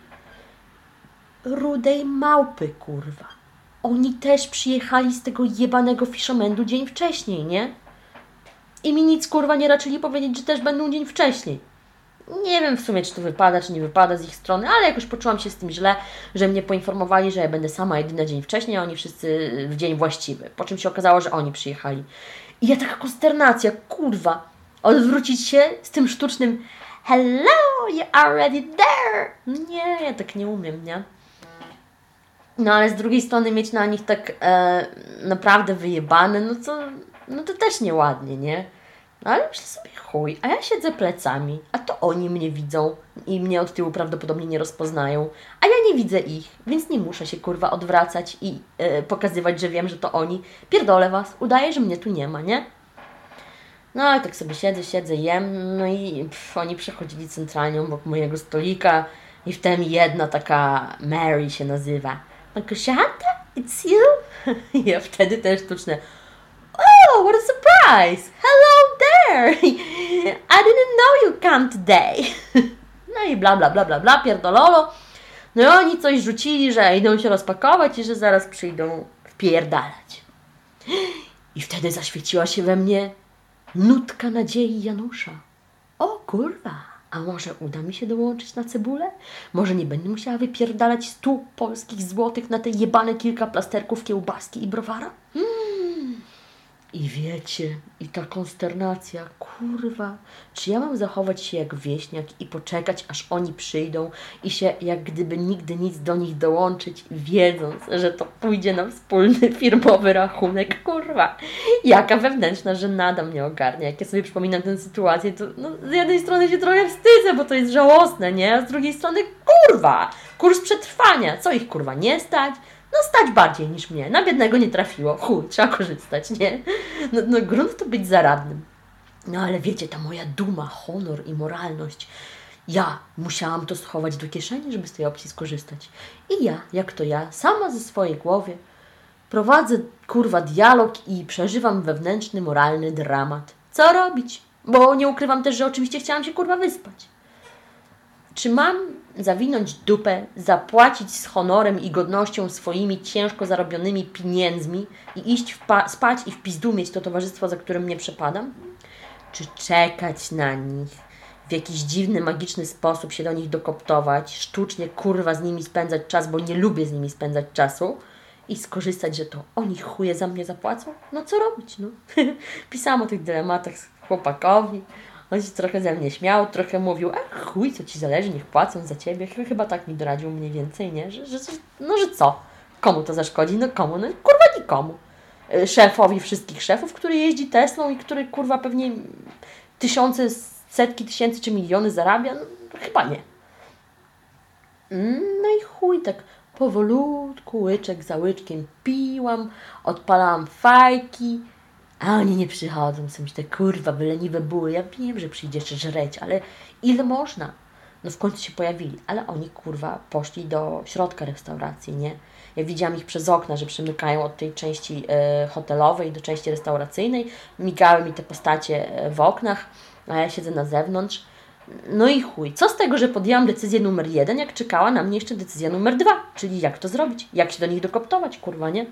Rudej małpy, kurwa. Oni też przyjechali z tego jebanego Fishermandu dzień wcześniej, nie? I mi nic kurwa nie raczyli powiedzieć, że też będą dzień wcześniej. Nie wiem w sumie, czy to wypada, czy nie wypada z ich strony, ale jakoś poczułam się z tym źle, że mnie poinformowali, że ja będę sama jedyna dzień wcześniej, a oni wszyscy w dzień właściwy. Po czym się okazało, że oni przyjechali. I ja taka konsternacja, kurwa, odwrócić się z tym sztucznym hello, you're already there. Nie, ja tak nie umiem, nie? No ale z drugiej strony mieć na nich tak naprawdę wyjebane, no to też nieładnie, nie? No ale myślę sobie chuj, a ja siedzę plecami, a to oni mnie widzą i mnie od tyłu prawdopodobnie nie rozpoznają, a ja nie widzę ich, więc nie muszę się kurwa odwracać i pokazywać, że wiem, że to oni. Pierdolę was, udaję, że mnie tu nie ma, nie? No i tak sobie siedzę, jem, no i oni przechodzili centralnie obok mojego stolika i wtem jedna taka Mary się nazywa. Małgorzata, it's you? I ja wtedy też sztuczne Oh, what a surprise! Hello there! I didn't know you come today. No i bla bla bla bla bla, pierdololo. No i oni coś rzucili, że idą się rozpakować i że zaraz przyjdą wpierdalać. I wtedy zaświeciła się we mnie nutka nadziei Janusza. O kurwa, a może uda mi się dołączyć na cebulę? Może nie będę musiała wypierdalać 100 polskich złotych na te jebane kilka plasterków kiełbaski i browara? I wiecie, i ta konsternacja, kurwa, czy ja mam zachować się jak wieśniak i poczekać, aż oni przyjdą i się jak gdyby nigdy nic do nich dołączyć, wiedząc, że to pójdzie na wspólny firmowy rachunek, kurwa. Jaka wewnętrzna żenada mnie ogarnia. Jak ja sobie przypominam tę sytuację, to no, z jednej strony się trochę wstydzę, bo to jest żałosne, nie? A z drugiej strony, kurwa, kurs przetrwania, co ich kurwa nie stać? No stać bardziej niż mnie. Na biednego nie trafiło. Chuj, trzeba korzystać, nie? No grunt to być zaradnym. No ale wiecie, ta moja duma, honor i moralność. Ja musiałam to schować do kieszeni, żeby z tej opcji skorzystać. I ja, jak to ja, sama ze swojej głowy prowadzę, kurwa, dialog i przeżywam wewnętrzny, moralny dramat. Co robić? Bo nie ukrywam też, że oczywiście chciałam się, kurwa, wyspać. Czy mam zawinąć dupę, zapłacić z honorem i godnością swoimi ciężko zarobionymi pieniędzmi i iść spać i w pizdu mieć to towarzystwo, za którym nie przepadam? Czy czekać na nich, w jakiś dziwny, magiczny sposób się do nich dokoptować, sztucznie kurwa z nimi spędzać czas, bo nie lubię z nimi spędzać czasu i skorzystać, że to oni chuje za mnie zapłacą? No co robić, no? Pisałam o tych dylematach chłopakowi. On się trochę ze mnie śmiał, trochę mówił, chuj, co ci zależy, niech płacą za ciebie. Chyba tak mi doradził mniej więcej, nie? Że co? Komu to zaszkodzi? No komu? No kurwa nikomu. Szefowi wszystkich szefów, który jeździ Teslą i który kurwa pewnie tysiące, setki tysięcy czy miliony zarabia? No chyba nie. No i chuj, tak powolutku, łyczek za łyczkiem piłam, odpalałam fajki, a oni nie przychodzą, są te kurwa wyleniwe buły. Ja wiem, że przyjdziesz żreć, ale ile można? No w końcu się pojawili, ale oni kurwa poszli do środka restauracji, nie? Ja widziałam ich przez okna, że przemykają od tej części hotelowej do części restauracyjnej. Migały mi te postacie w oknach, a ja siedzę na zewnątrz. No i chuj, co z tego, że podjęłam decyzję numer 1, jak czekała na mnie jeszcze decyzja numer 2, czyli jak to zrobić, jak się do nich dokoptować, kurwa, nie?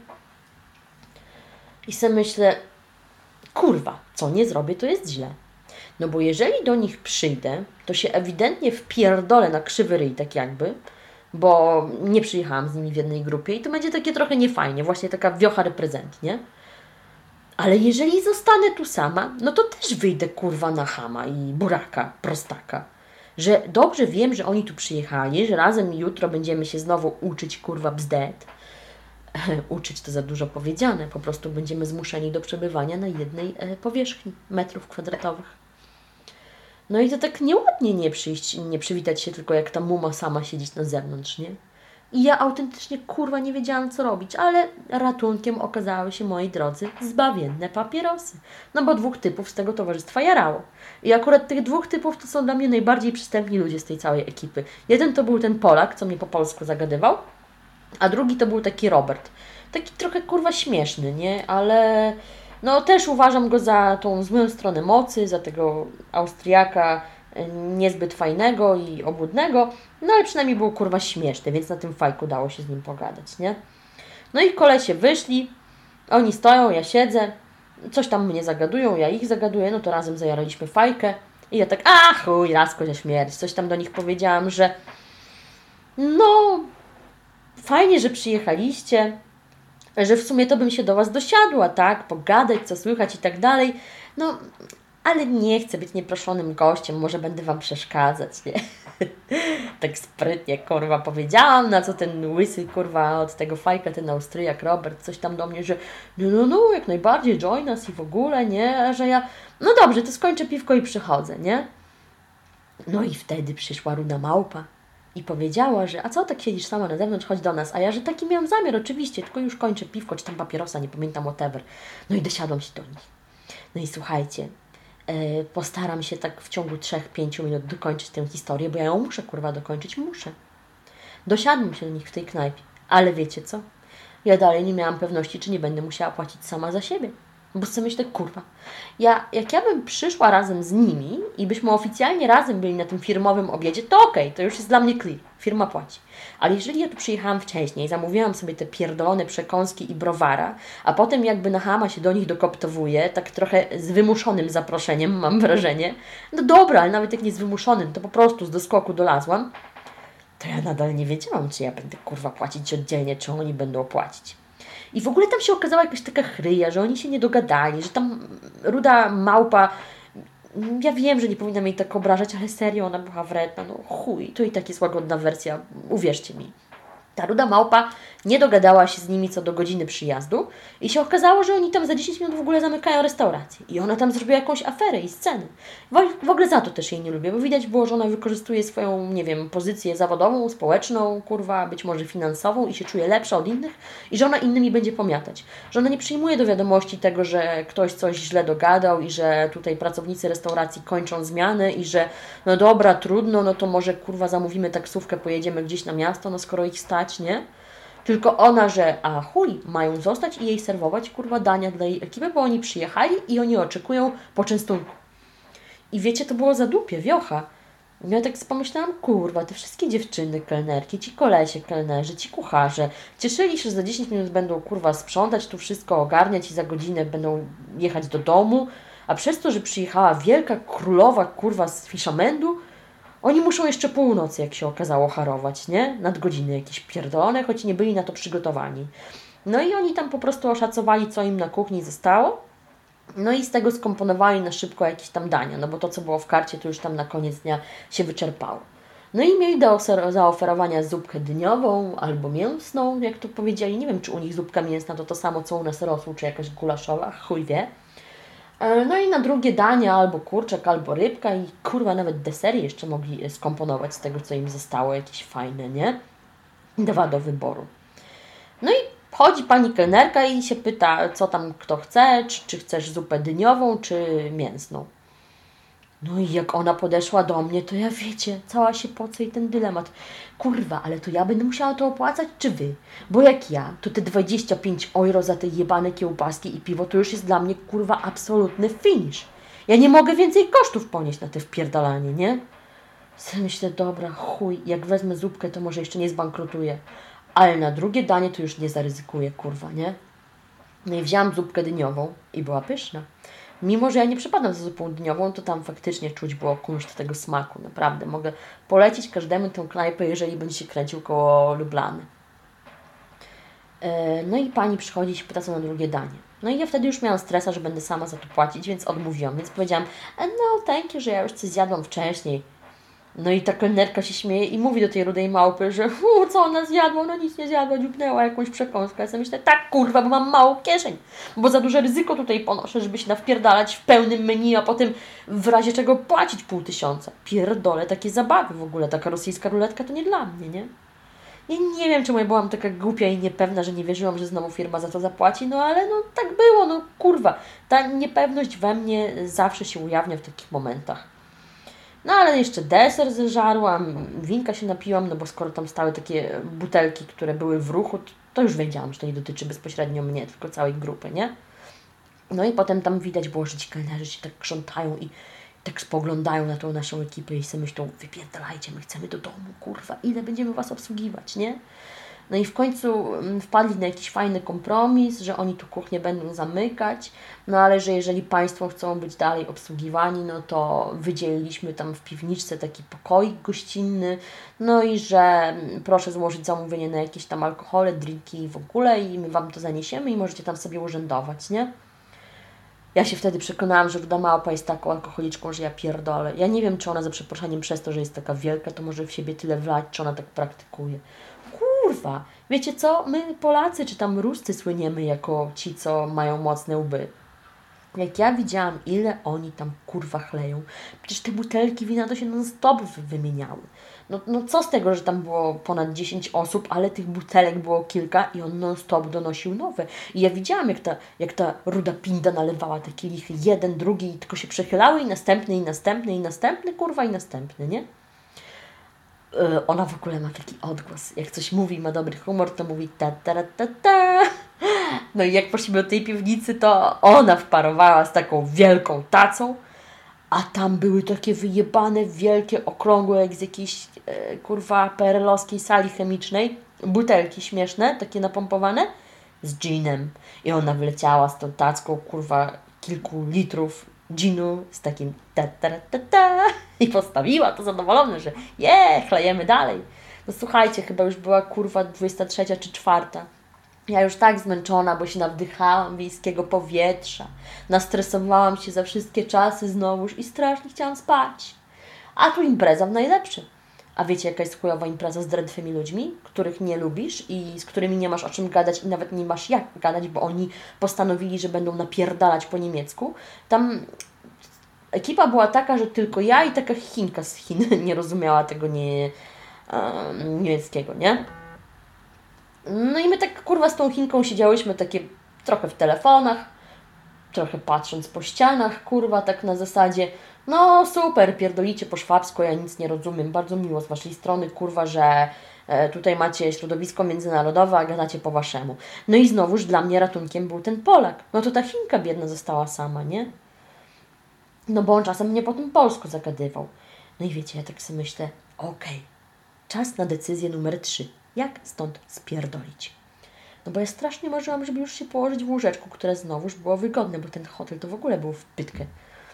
I sobie myślę, kurwa, co nie zrobię, to jest źle. No bo jeżeli do nich przyjdę, to się ewidentnie wpierdolę na krzywy ryj, tak jakby, bo nie przyjechałam z nimi w jednej grupie i to będzie takie trochę niefajnie, właśnie taka wiocha reprezent, nie? Ale jeżeli zostanę tu sama, no to też wyjdę kurwa na chama i buraka, prostaka. Że dobrze wiem, że oni tu przyjechali, że razem jutro będziemy się znowu uczyć kurwa bzdet. Uczyć to za dużo powiedziane, po prostu będziemy zmuszeni do przebywania na jednej powierzchni metrów kwadratowych. No i to tak nieładnie nie przyjść, nie przywitać się tylko jak ta muma sama siedzieć na zewnątrz, nie? I ja autentycznie kurwa nie wiedziałam co robić, ale ratunkiem okazały się, moi drodzy, zbawienne papierosy. No bo 2 typów z tego towarzystwa jarało. I akurat tych 2 typów to są dla mnie najbardziej przystępni ludzie z tej całej ekipy. Jeden to był ten Polak, co mnie po polsku zagadywał, a drugi to był taki Robert. Taki trochę kurwa śmieszny, nie? Ale no też uważam go za tą złą stronę mocy, za tego Austriaka niezbyt fajnego i obłudnego, no ale przynajmniej był kurwa śmieszny, więc na tym fajku dało się z nim pogadać, nie? No i kolesie wyszli, oni stoją, ja siedzę, coś tam mnie zagadują, ja ich zagaduję, no to razem zajaraliśmy fajkę i ja tak, chuj, raz kozie śmierć, coś tam do nich powiedziałam, że no fajnie, że przyjechaliście, że w sumie to bym się do Was dosiadła, tak, pogadać, co słychać i tak dalej, no, ale nie chcę być nieproszonym gościem, może będę Wam przeszkadzać, nie? Tak sprytnie, kurwa, powiedziałam, na co ten łysy, kurwa, od tego fajka, ten Austriak Robert, coś tam do mnie, że no, jak najbardziej join us i w ogóle, nie, że ja, no dobrze, to skończę piwko i przychodzę, nie? No i wtedy przyszła ruda małpa i powiedziała, że a co tak siedzisz sama na zewnątrz, chodź do nas. A ja, że taki miałam zamiar, oczywiście, tylko już kończę piwko, czy tam papierosa, nie pamiętam, whatever. No i dosiadłam się do nich. No i słuchajcie, Postaram się tak w ciągu 3-5 minut dokończyć tę historię, bo ja ją muszę, kurwa, dokończyć, muszę. Dosiadłem się do nich w tej knajpie. Ale wiecie co? Ja dalej nie miałam pewności, czy nie będę musiała płacić sama za siebie. Bo sobie myślę, kurwa, jak ja bym przyszła razem z nimi i byśmy oficjalnie razem byli na tym firmowym obiedzie, to okej, to już jest dla mnie clear. Firma płaci. Ale jeżeli ja tu przyjechałam wcześniej, zamówiłam sobie te pierdolone przekąski i browara, a potem jakby na chama się do nich dokoptowuję, tak trochę z wymuszonym zaproszeniem, mam wrażenie. No dobra, ale nawet jak nie z wymuszonym, to po prostu z doskoku dolazłam, to ja nadal nie wiedziałam, czy ja będę, kurwa, płacić oddzielnie, czy oni będą płacić. I w ogóle tam się okazała jakaś taka chryja, że oni się nie dogadali, że tam ruda małpa, ja wiem, że nie powinnam jej tak obrażać, ale serio, ona była wredna, no chuj, to i tak jest łagodna wersja, uwierzcie mi. Ta ruda małpa nie dogadała się z nimi co do godziny przyjazdu i się okazało, że oni tam za 10 minut w ogóle zamykają restaurację. I ona tam zrobiła jakąś aferę i scenę. W ogóle za to też jej nie lubię, bo widać było, że ona wykorzystuje swoją, nie wiem, pozycję zawodową, społeczną, kurwa, być może finansową i się czuje lepsza od innych i że ona innymi będzie pomiatać. Że ona nie przyjmuje do wiadomości tego, że ktoś coś źle dogadał i że tutaj pracownicy restauracji kończą zmiany i że no dobra, trudno, no to może, kurwa, zamówimy taksówkę, pojedziemy gdzieś na miasto, no skoro ich stać, nie? Tylko ona, że a chuj, mają zostać i jej serwować, kurwa, dania dla jej ekipy, bo oni przyjechali i oni oczekują poczęstunku. I wiecie, to było za dupie, wiocha. Ja tak pomyślałam, kurwa, te wszystkie dziewczyny, kelnerki, ci kolesie, kelnerzy, ci kucharze, cieszyli się, że za 10 minut będą, kurwa, sprzątać, tu wszystko ogarniać i za godzinę będą jechać do domu, a przez to, że przyjechała wielka królowa, kurwa, z Fiszamendu, oni muszą jeszcze północy, jak się okazało, harować, nie? Nadgodziny jakieś pierdolone, choć nie byli na to przygotowani. No i oni tam po prostu oszacowali, co im na kuchni zostało. No i z tego skomponowali na szybko jakieś tam dania, no bo to, co było w karcie, to już tam na koniec dnia się wyczerpało. No i mieli do zaoferowania zupkę dyniową albo mięsną, jak to powiedzieli. Nie wiem, czy u nich zupka mięsna to samo, co u nas rosół, czy jakaś gulaszowa, chuj wie. No i na drugie danie albo kurczak, albo rybka i kurwa nawet desery jeszcze mogli skomponować z tego, co im zostało, jakieś fajne, nie? Dwa do wyboru. No i chodzi pani kelnerka i się pyta, co tam kto chce, czy chcesz zupę dyniową, czy mięsną. No i jak ona podeszła do mnie, to ja wiecie, cała się poce i ten dylemat. Kurwa, ale to ja będę musiała to opłacać, czy wy? Bo jak ja, to te 25 euro za te jebane kiełbaski i piwo, to już jest dla mnie, kurwa, absolutny finish. Ja nie mogę więcej kosztów ponieść na te wpierdalanie, nie? Sobie myślę, dobra, chuj, jak wezmę zupkę, to może jeszcze nie zbankrutuję. Ale na drugie danie to już nie zaryzykuję, kurwa, nie? No i wzięłam zupkę dyniową i była pyszna. Mimo że ja nie przepadam za zupą dniową, to tam faktycznie czuć było kunszt tego smaku. Naprawdę mogę polecić każdemu tę knajpę, jeżeli będzie się kręcił koło Lublany. No i pani przychodzi i się pyta, co na drugie danie. No i ja wtedy już miałam stresa, że będę sama za to płacić, więc odmówiłam. Więc powiedziałam, no thank you, że ja już coś zjadłam wcześniej. No i ta kelnerka się śmieje i mówi do tej rudej małpy, że co ona zjadła, no nic nie zjadła, dziupnęła jakąś przekąskę. Ja sobie myślę, tak kurwa, bo mam mało kieszeń, bo za duże ryzyko tutaj ponoszę, żeby się nawpierdalać w pełnym menu, a potem w razie czego płacić 500. Pierdolę, takie zabawy w ogóle, taka rosyjska ruletka to nie dla mnie, nie? Ja nie wiem, czemu ja byłam taka głupia i niepewna, że nie wierzyłam, że znowu firma za to zapłaci, no ale no tak było, no kurwa. Ta niepewność we mnie zawsze się ujawnia w takich momentach. No ale jeszcze deser zeżarłam, winka się napiłam, no bo skoro tam stały takie butelki, które były w ruchu, to już wiedziałam, że to nie dotyczy bezpośrednio mnie, tylko całej grupy, nie? No i potem tam widać było, że ci kelnerzy się tak krzątają i tak spoglądają na tą naszą ekipę i sobie myślą, wypierdalajcie, my chcemy do domu, kurwa, ile będziemy was obsługiwać, nie? No i w końcu wpadli na jakiś fajny kompromis, że oni tu kuchnię będą zamykać, no ale że jeżeli Państwo chcą być dalej obsługiwani, no to wydzieliliśmy tam w piwniczce taki pokoik gościnny, no i że proszę złożyć zamówienie na jakieś tam alkohole, drinki w ogóle i my Wam to zaniesiemy i możecie tam sobie urzędować, nie? Ja się wtedy przekonałam, że Ruda Małpa jest taką alkoholiczką, że ja pierdolę. Ja nie wiem, czy ona za przeproszeniem przez to, że jest taka wielka, to może w siebie tyle wlać, czy ona tak praktykuje. Kurwa, wiecie co? My Polacy, czy tam Ruscy słyniemy jako ci, co mają mocne łby. Jak ja widziałam, ile oni tam kurwa chleją. Przecież te butelki wina to się non-stop wymieniały. No co z tego, że tam było ponad 10 osób, ale tych butelek było kilka i on non-stop donosił nowe. I ja widziałam, jak ta ruda pinda nalewała te kielichy, jeden, drugi, i tylko się przechylały i następny, i następny, i następny, kurwa, i następny, nie? Ona w ogóle ma taki odgłos. Jak coś mówi, ma dobry humor, to mówi ta ta ta ta. No i jak poszliśmy do tej piwnicy, to ona wparowała z taką wielką tacą, a tam były takie wyjebane, wielkie, okrągłe, jak z jakiejś kurwa PRL-owskiej sali chemicznej, butelki śmieszne, takie napompowane, z ginem. I ona wyleciała z tą tacką, kurwa, kilku litrów ginu z takim ta ta ta ta i postawiła to zadowolone, że chlejemy dalej. No słuchajcie, chyba już była kurwa 23 czy 4. Ja już tak zmęczona, bo się nawdychałam wiejskiego powietrza. Nastresowałam się za wszystkie czasy znowuż i strasznie chciałam spać. A tu impreza w najlepszy. A wiecie, jaka jest chujowa impreza z drętwymi ludźmi, których nie lubisz i z którymi nie masz o czym gadać i nawet nie masz jak gadać, bo oni postanowili, że będą napierdalać po niemiecku. Tam ekipa była taka, że tylko ja i taka Chinka z Chin nie rozumiała tego niemieckiego, nie? No i my tak kurwa z tą Chinką siedziałyśmy takie trochę w telefonach, trochę patrząc po ścianach, kurwa, tak na zasadzie no super, pierdolicie po szwabsku, ja nic nie rozumiem, bardzo miło z Waszej strony, kurwa, że tutaj macie środowisko międzynarodowe, a gadacie po Waszemu. No i znowuż dla mnie ratunkiem był ten Polak. No to ta Chinka biedna została sama, nie? No bo on czasem mnie po tym polsku zagadywał. No i wiecie, ja tak sobie myślę, okej, czas na decyzję numer 3. Jak stąd spierdolić? No bo ja strasznie marzyłam, żeby już się położyć w łóżeczku, które znowuż było wygodne, bo ten hotel to w ogóle był w pytkę.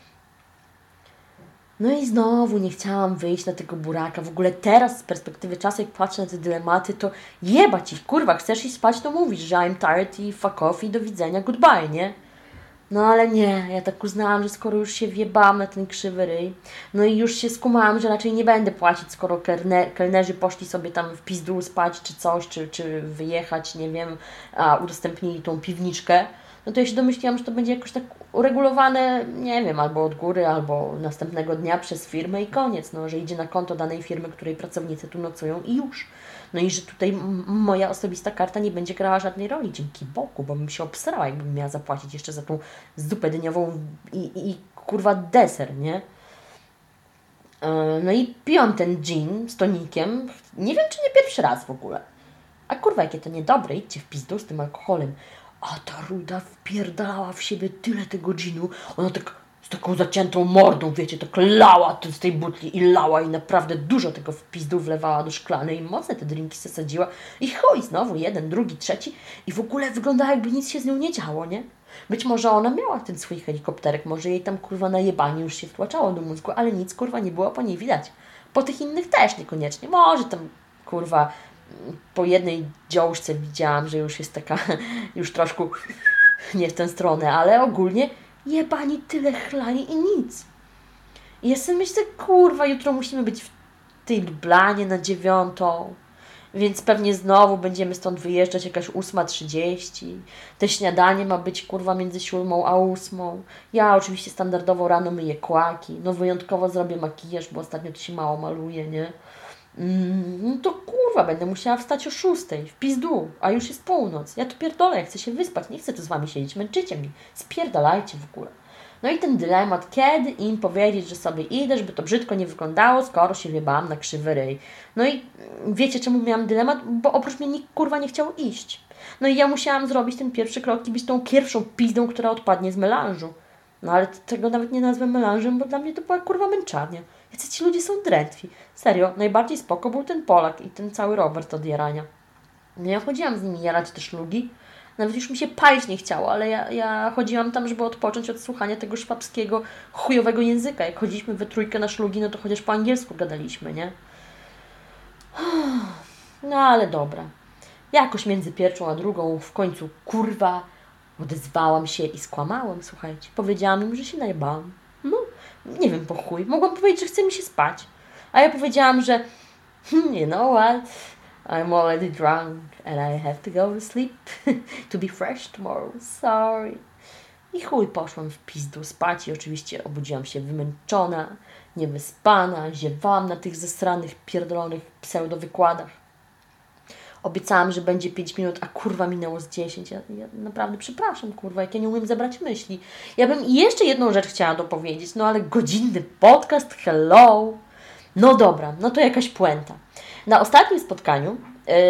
No i znowu nie chciałam wyjść na tego buraka. W ogóle teraz z perspektywy czasu, jak patrzę na te dylematy, to jebać ich, kurwa, chcesz iść spać, to mówisz, że I'm tired i fuck off i do widzenia, goodbye, nie? No ale nie, ja tak uznałam, że skoro już się wjebałam na ten krzywy ryj, no i już się skumałam, że raczej nie będę płacić, skoro kelnerzy poszli sobie tam w pizdu spać czy coś, czy wyjechać, nie wiem, a udostępnili tą piwniczkę, no to ja się domyśliłam, że to będzie jakoś tak uregulowane, nie wiem, albo od góry, albo następnego dnia przez firmę i koniec, no, że idzie na konto danej firmy, której pracownicy tu nocują i już. No i że tutaj moja osobista karta nie będzie grała żadnej roli, dzięki Bogu, bo bym się obsrała, jakbym miała zapłacić jeszcze za tą zupę dyniową i kurwa deser, nie? No i piłam ten gin z tonikiem, nie wiem czy nie pierwszy raz w ogóle. A kurwa, jakie to niedobre, idźcie w pizdu z tym alkoholem. A ta ruda wpierdalała w siebie tyle tego ginu, ona tak z taką zaciętą mordą, wiecie, tak lała z tej butli i lała i naprawdę dużo tego w pizdu wlewała do szklany i mocno te drinki zasadziła i chuj, znowu jeden, drugi, trzeci i w ogóle wyglądała jakby nic się z nią nie działo, nie? Być może ona miała ten swój helikopterek, może jej tam kurwa najebanie już się wtłaczało do mózgu, ale nic kurwa nie było po niej widać. Po tych innych też niekoniecznie, może tam kurwa po jednej działuszce widziałam, że już jest taka, już troszkę nie w tę stronę, ale ogólnie jebani tyle chlali i nic. I ja sobie myślę, kurwa, jutro musimy być w tej Lublanie na 9, więc pewnie znowu będziemy stąd wyjeżdżać jakaś 8:30. Te śniadanie ma być, kurwa, między 7 a 8. Ja oczywiście standardowo rano myję kłaki, no wyjątkowo zrobię makijaż, bo ostatnio to się mało maluje, nie? No to kurwa, będę musiała wstać o 6 w pizdu, a już jest północ. Ja tu pierdolę, ja chcę się wyspać, nie chcę tu z Wami siedzieć, męczycie mi, spierdalajcie w ogóle. No i ten dylemat, kiedy im powiedzieć, że sobie idę, żeby to brzydko nie wyglądało, skoro się wjebałam na krzywy ryj. No i wiecie czemu miałam dylemat? Bo oprócz mnie nikt kurwa nie chciał iść. No i ja musiałam zrobić ten pierwszy krok i być tą pierwszą pizdą, która odpadnie z melanżu. No ale tego nawet nie nazwę melanżem, bo dla mnie to była kurwa męczarnia. Jacy ci ludzie są drętwi. Serio, najbardziej spoko był ten Polak i ten cały Robert od jarania. No ja chodziłam z nimi jarać te szlugi. Nawet już mi się palić nie chciało, ale ja chodziłam tam, żeby odpocząć od słuchania tego szwabskiego, chujowego języka. Jak chodziliśmy we trójkę na szlugi, no to chociaż po angielsku gadaliśmy, nie? No ale dobra. Jakoś między pierwszą a drugą w końcu kurwa odezwałam się i skłamałam, słuchajcie. Powiedziałam im, że się najebałam. No, nie wiem po chuj. Mogłam powiedzieć, że chce mi się spać. A ja powiedziałam, że you know what? I'm already drunk and I have to go to sleep to be fresh tomorrow. Sorry. I chuj, poszłam w pizdu spać i oczywiście obudziłam się wymęczona, niewyspana, ziewałam na tych zesranych, pierdolonych pseudowykładach. Obiecałam, że będzie 5 minut, a kurwa minęło z 10. Ja naprawdę przepraszam, kurwa, jak ja nie umiem zebrać myśli. Ja bym jeszcze jedną rzecz chciała dopowiedzieć, no ale godzinny podcast, hello. No dobra, no to jakaś puenta. Na ostatnim spotkaniu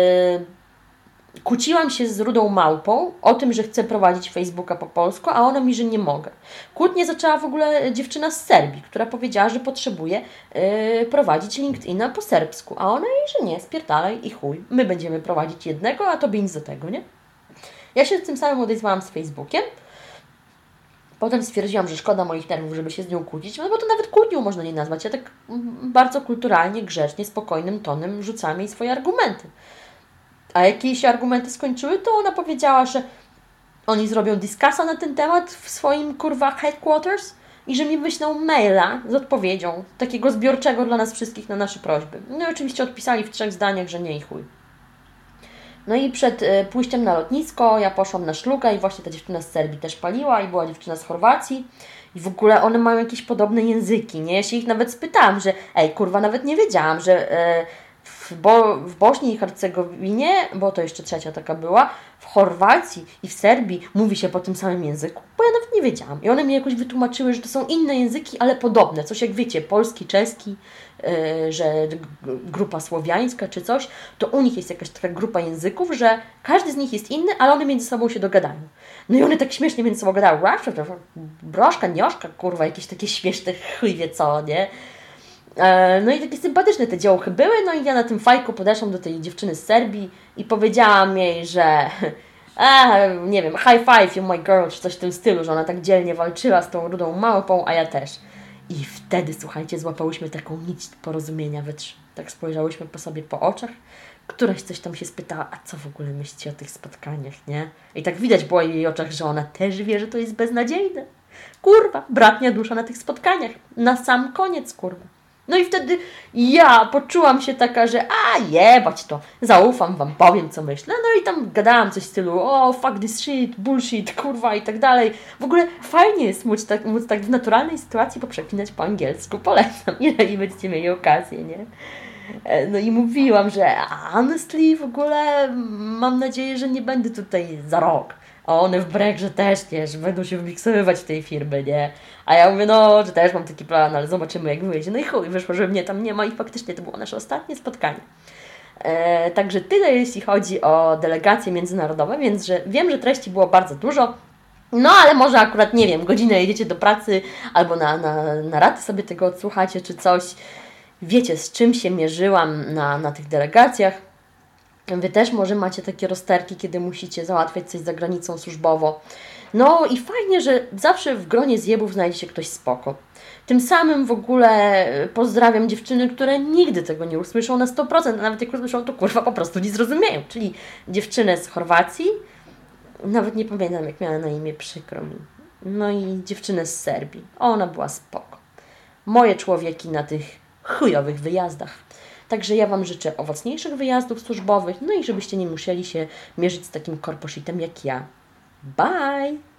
kłóciłam się z Rudą Małpą o tym, że chcę prowadzić Facebooka po polsku, a ona mi, że nie mogę. Kłótnię zaczęła w ogóle dziewczyna z Serbii, która powiedziała, że potrzebuje prowadzić LinkedIna po serbsku, a ona jej, że nie, spierdalaj i chuj. My będziemy prowadzić jednego, a tobie nic do tego, nie? Ja się z tym samym odezwałam z Facebookiem. Potem stwierdziłam, że szkoda moich nerwów, żeby się z nią kłócić, no bo to nawet kłótnią można nie nazwać. Ja tak bardzo kulturalnie, grzecznie, spokojnym tonem rzucałam jej swoje argumenty. A jak jej się argumenty skończyły, to ona powiedziała, że oni zrobią discassa na ten temat w swoim kurwa headquarters i że mi wyślą maila z odpowiedzią, takiego zbiorczego dla nas wszystkich na nasze prośby. No i oczywiście odpisali w 3 zdaniach, że nie i chuj. No i przed pójściem na lotnisko ja poszłam na szluga i właśnie ta dziewczyna z Serbii też paliła i była dziewczyna z Chorwacji i w ogóle one mają jakieś podobne języki, nie? Ja się ich nawet spytałam, że kurwa, nawet nie wiedziałam, że w Bośni i Hercegowinie, bo to jeszcze trzecia taka była, w Chorwacji i w Serbii mówi się po tym samym języku, bo ja nawet nie wiedziałam. I one mi jakoś wytłumaczyły, że to są inne języki, ale podobne. Coś jak wiecie, polski, czeski, że grupa słowiańska czy coś, to u nich jest jakaś taka grupa języków, że każdy z nich jest inny, ale one między sobą się dogadają. No i one tak śmiesznie między sobą gadały. Broszka, nioszka, kurwa, jakieś takie śmieszne chuj wie co, nie? No i takie sympatyczne te działochy były, no i ja na tym fajku podeszłam do tej dziewczyny z Serbii i powiedziałam jej, że nie wiem, high five you my girl, czy coś w tym stylu, że ona tak dzielnie walczyła z tą Rudą Małpą, a ja też. I wtedy, słuchajcie, złapałyśmy taką nić porozumienia we 3. Tak spojrzałyśmy po sobie po oczach. Któraś coś tam się spytała, a co w ogóle myślicie o tych spotkaniach, nie? I tak widać było w jej oczach, że ona też wie, że to jest beznadziejne. Kurwa, bratnia dusza na tych spotkaniach. Na sam koniec, kurwa. No i wtedy ja poczułam się taka, że jebać to, zaufam wam, powiem co myślę. No i tam gadałam coś w stylu, fuck this shit, bullshit, kurwa i tak dalej. W ogóle fajnie jest móc tak w naturalnej sytuacji poprzeklinać po angielsku. Polecam, jeżeli będziecie mieli okazję, nie? No i mówiłam, że honestly w ogóle mam nadzieję, że nie będę tutaj za rok. A one w break, że też nie, że będą się wymiksowywać w tej firmy, nie? A ja mówię, no, że też mam taki plan, ale zobaczymy jak wyjdzie. No i chuj, wyszło, że mnie tam nie ma i faktycznie to było nasze ostatnie spotkanie. Także tyle, jeśli chodzi o delegacje międzynarodowe, więc że wiem, że treści było bardzo dużo. No, ale może akurat, nie wiem, godzinę jedziecie do pracy albo na raty sobie tego odsłuchacie czy coś. Wiecie, z czym się mierzyłam na tych delegacjach. Wy też może macie takie rozterki, kiedy musicie załatwiać coś za granicą służbowo. No i fajnie, że zawsze w gronie zjebów znajdzie się ktoś spoko. Tym samym w ogóle pozdrawiam dziewczyny, które nigdy tego nie usłyszą na 100%, a nawet jak usłyszą, to kurwa po prostu nie zrozumieją. Czyli dziewczynę z Chorwacji, nawet nie pamiętam jak miała na imię, przykro mi. No i dziewczynę z Serbii. Ona była spoko. Moje człowieki na tych chujowych wyjazdach. Także ja wam życzę owocniejszych wyjazdów służbowych, no i żebyście nie musieli się mierzyć z takim korposhitem jak ja. Bye!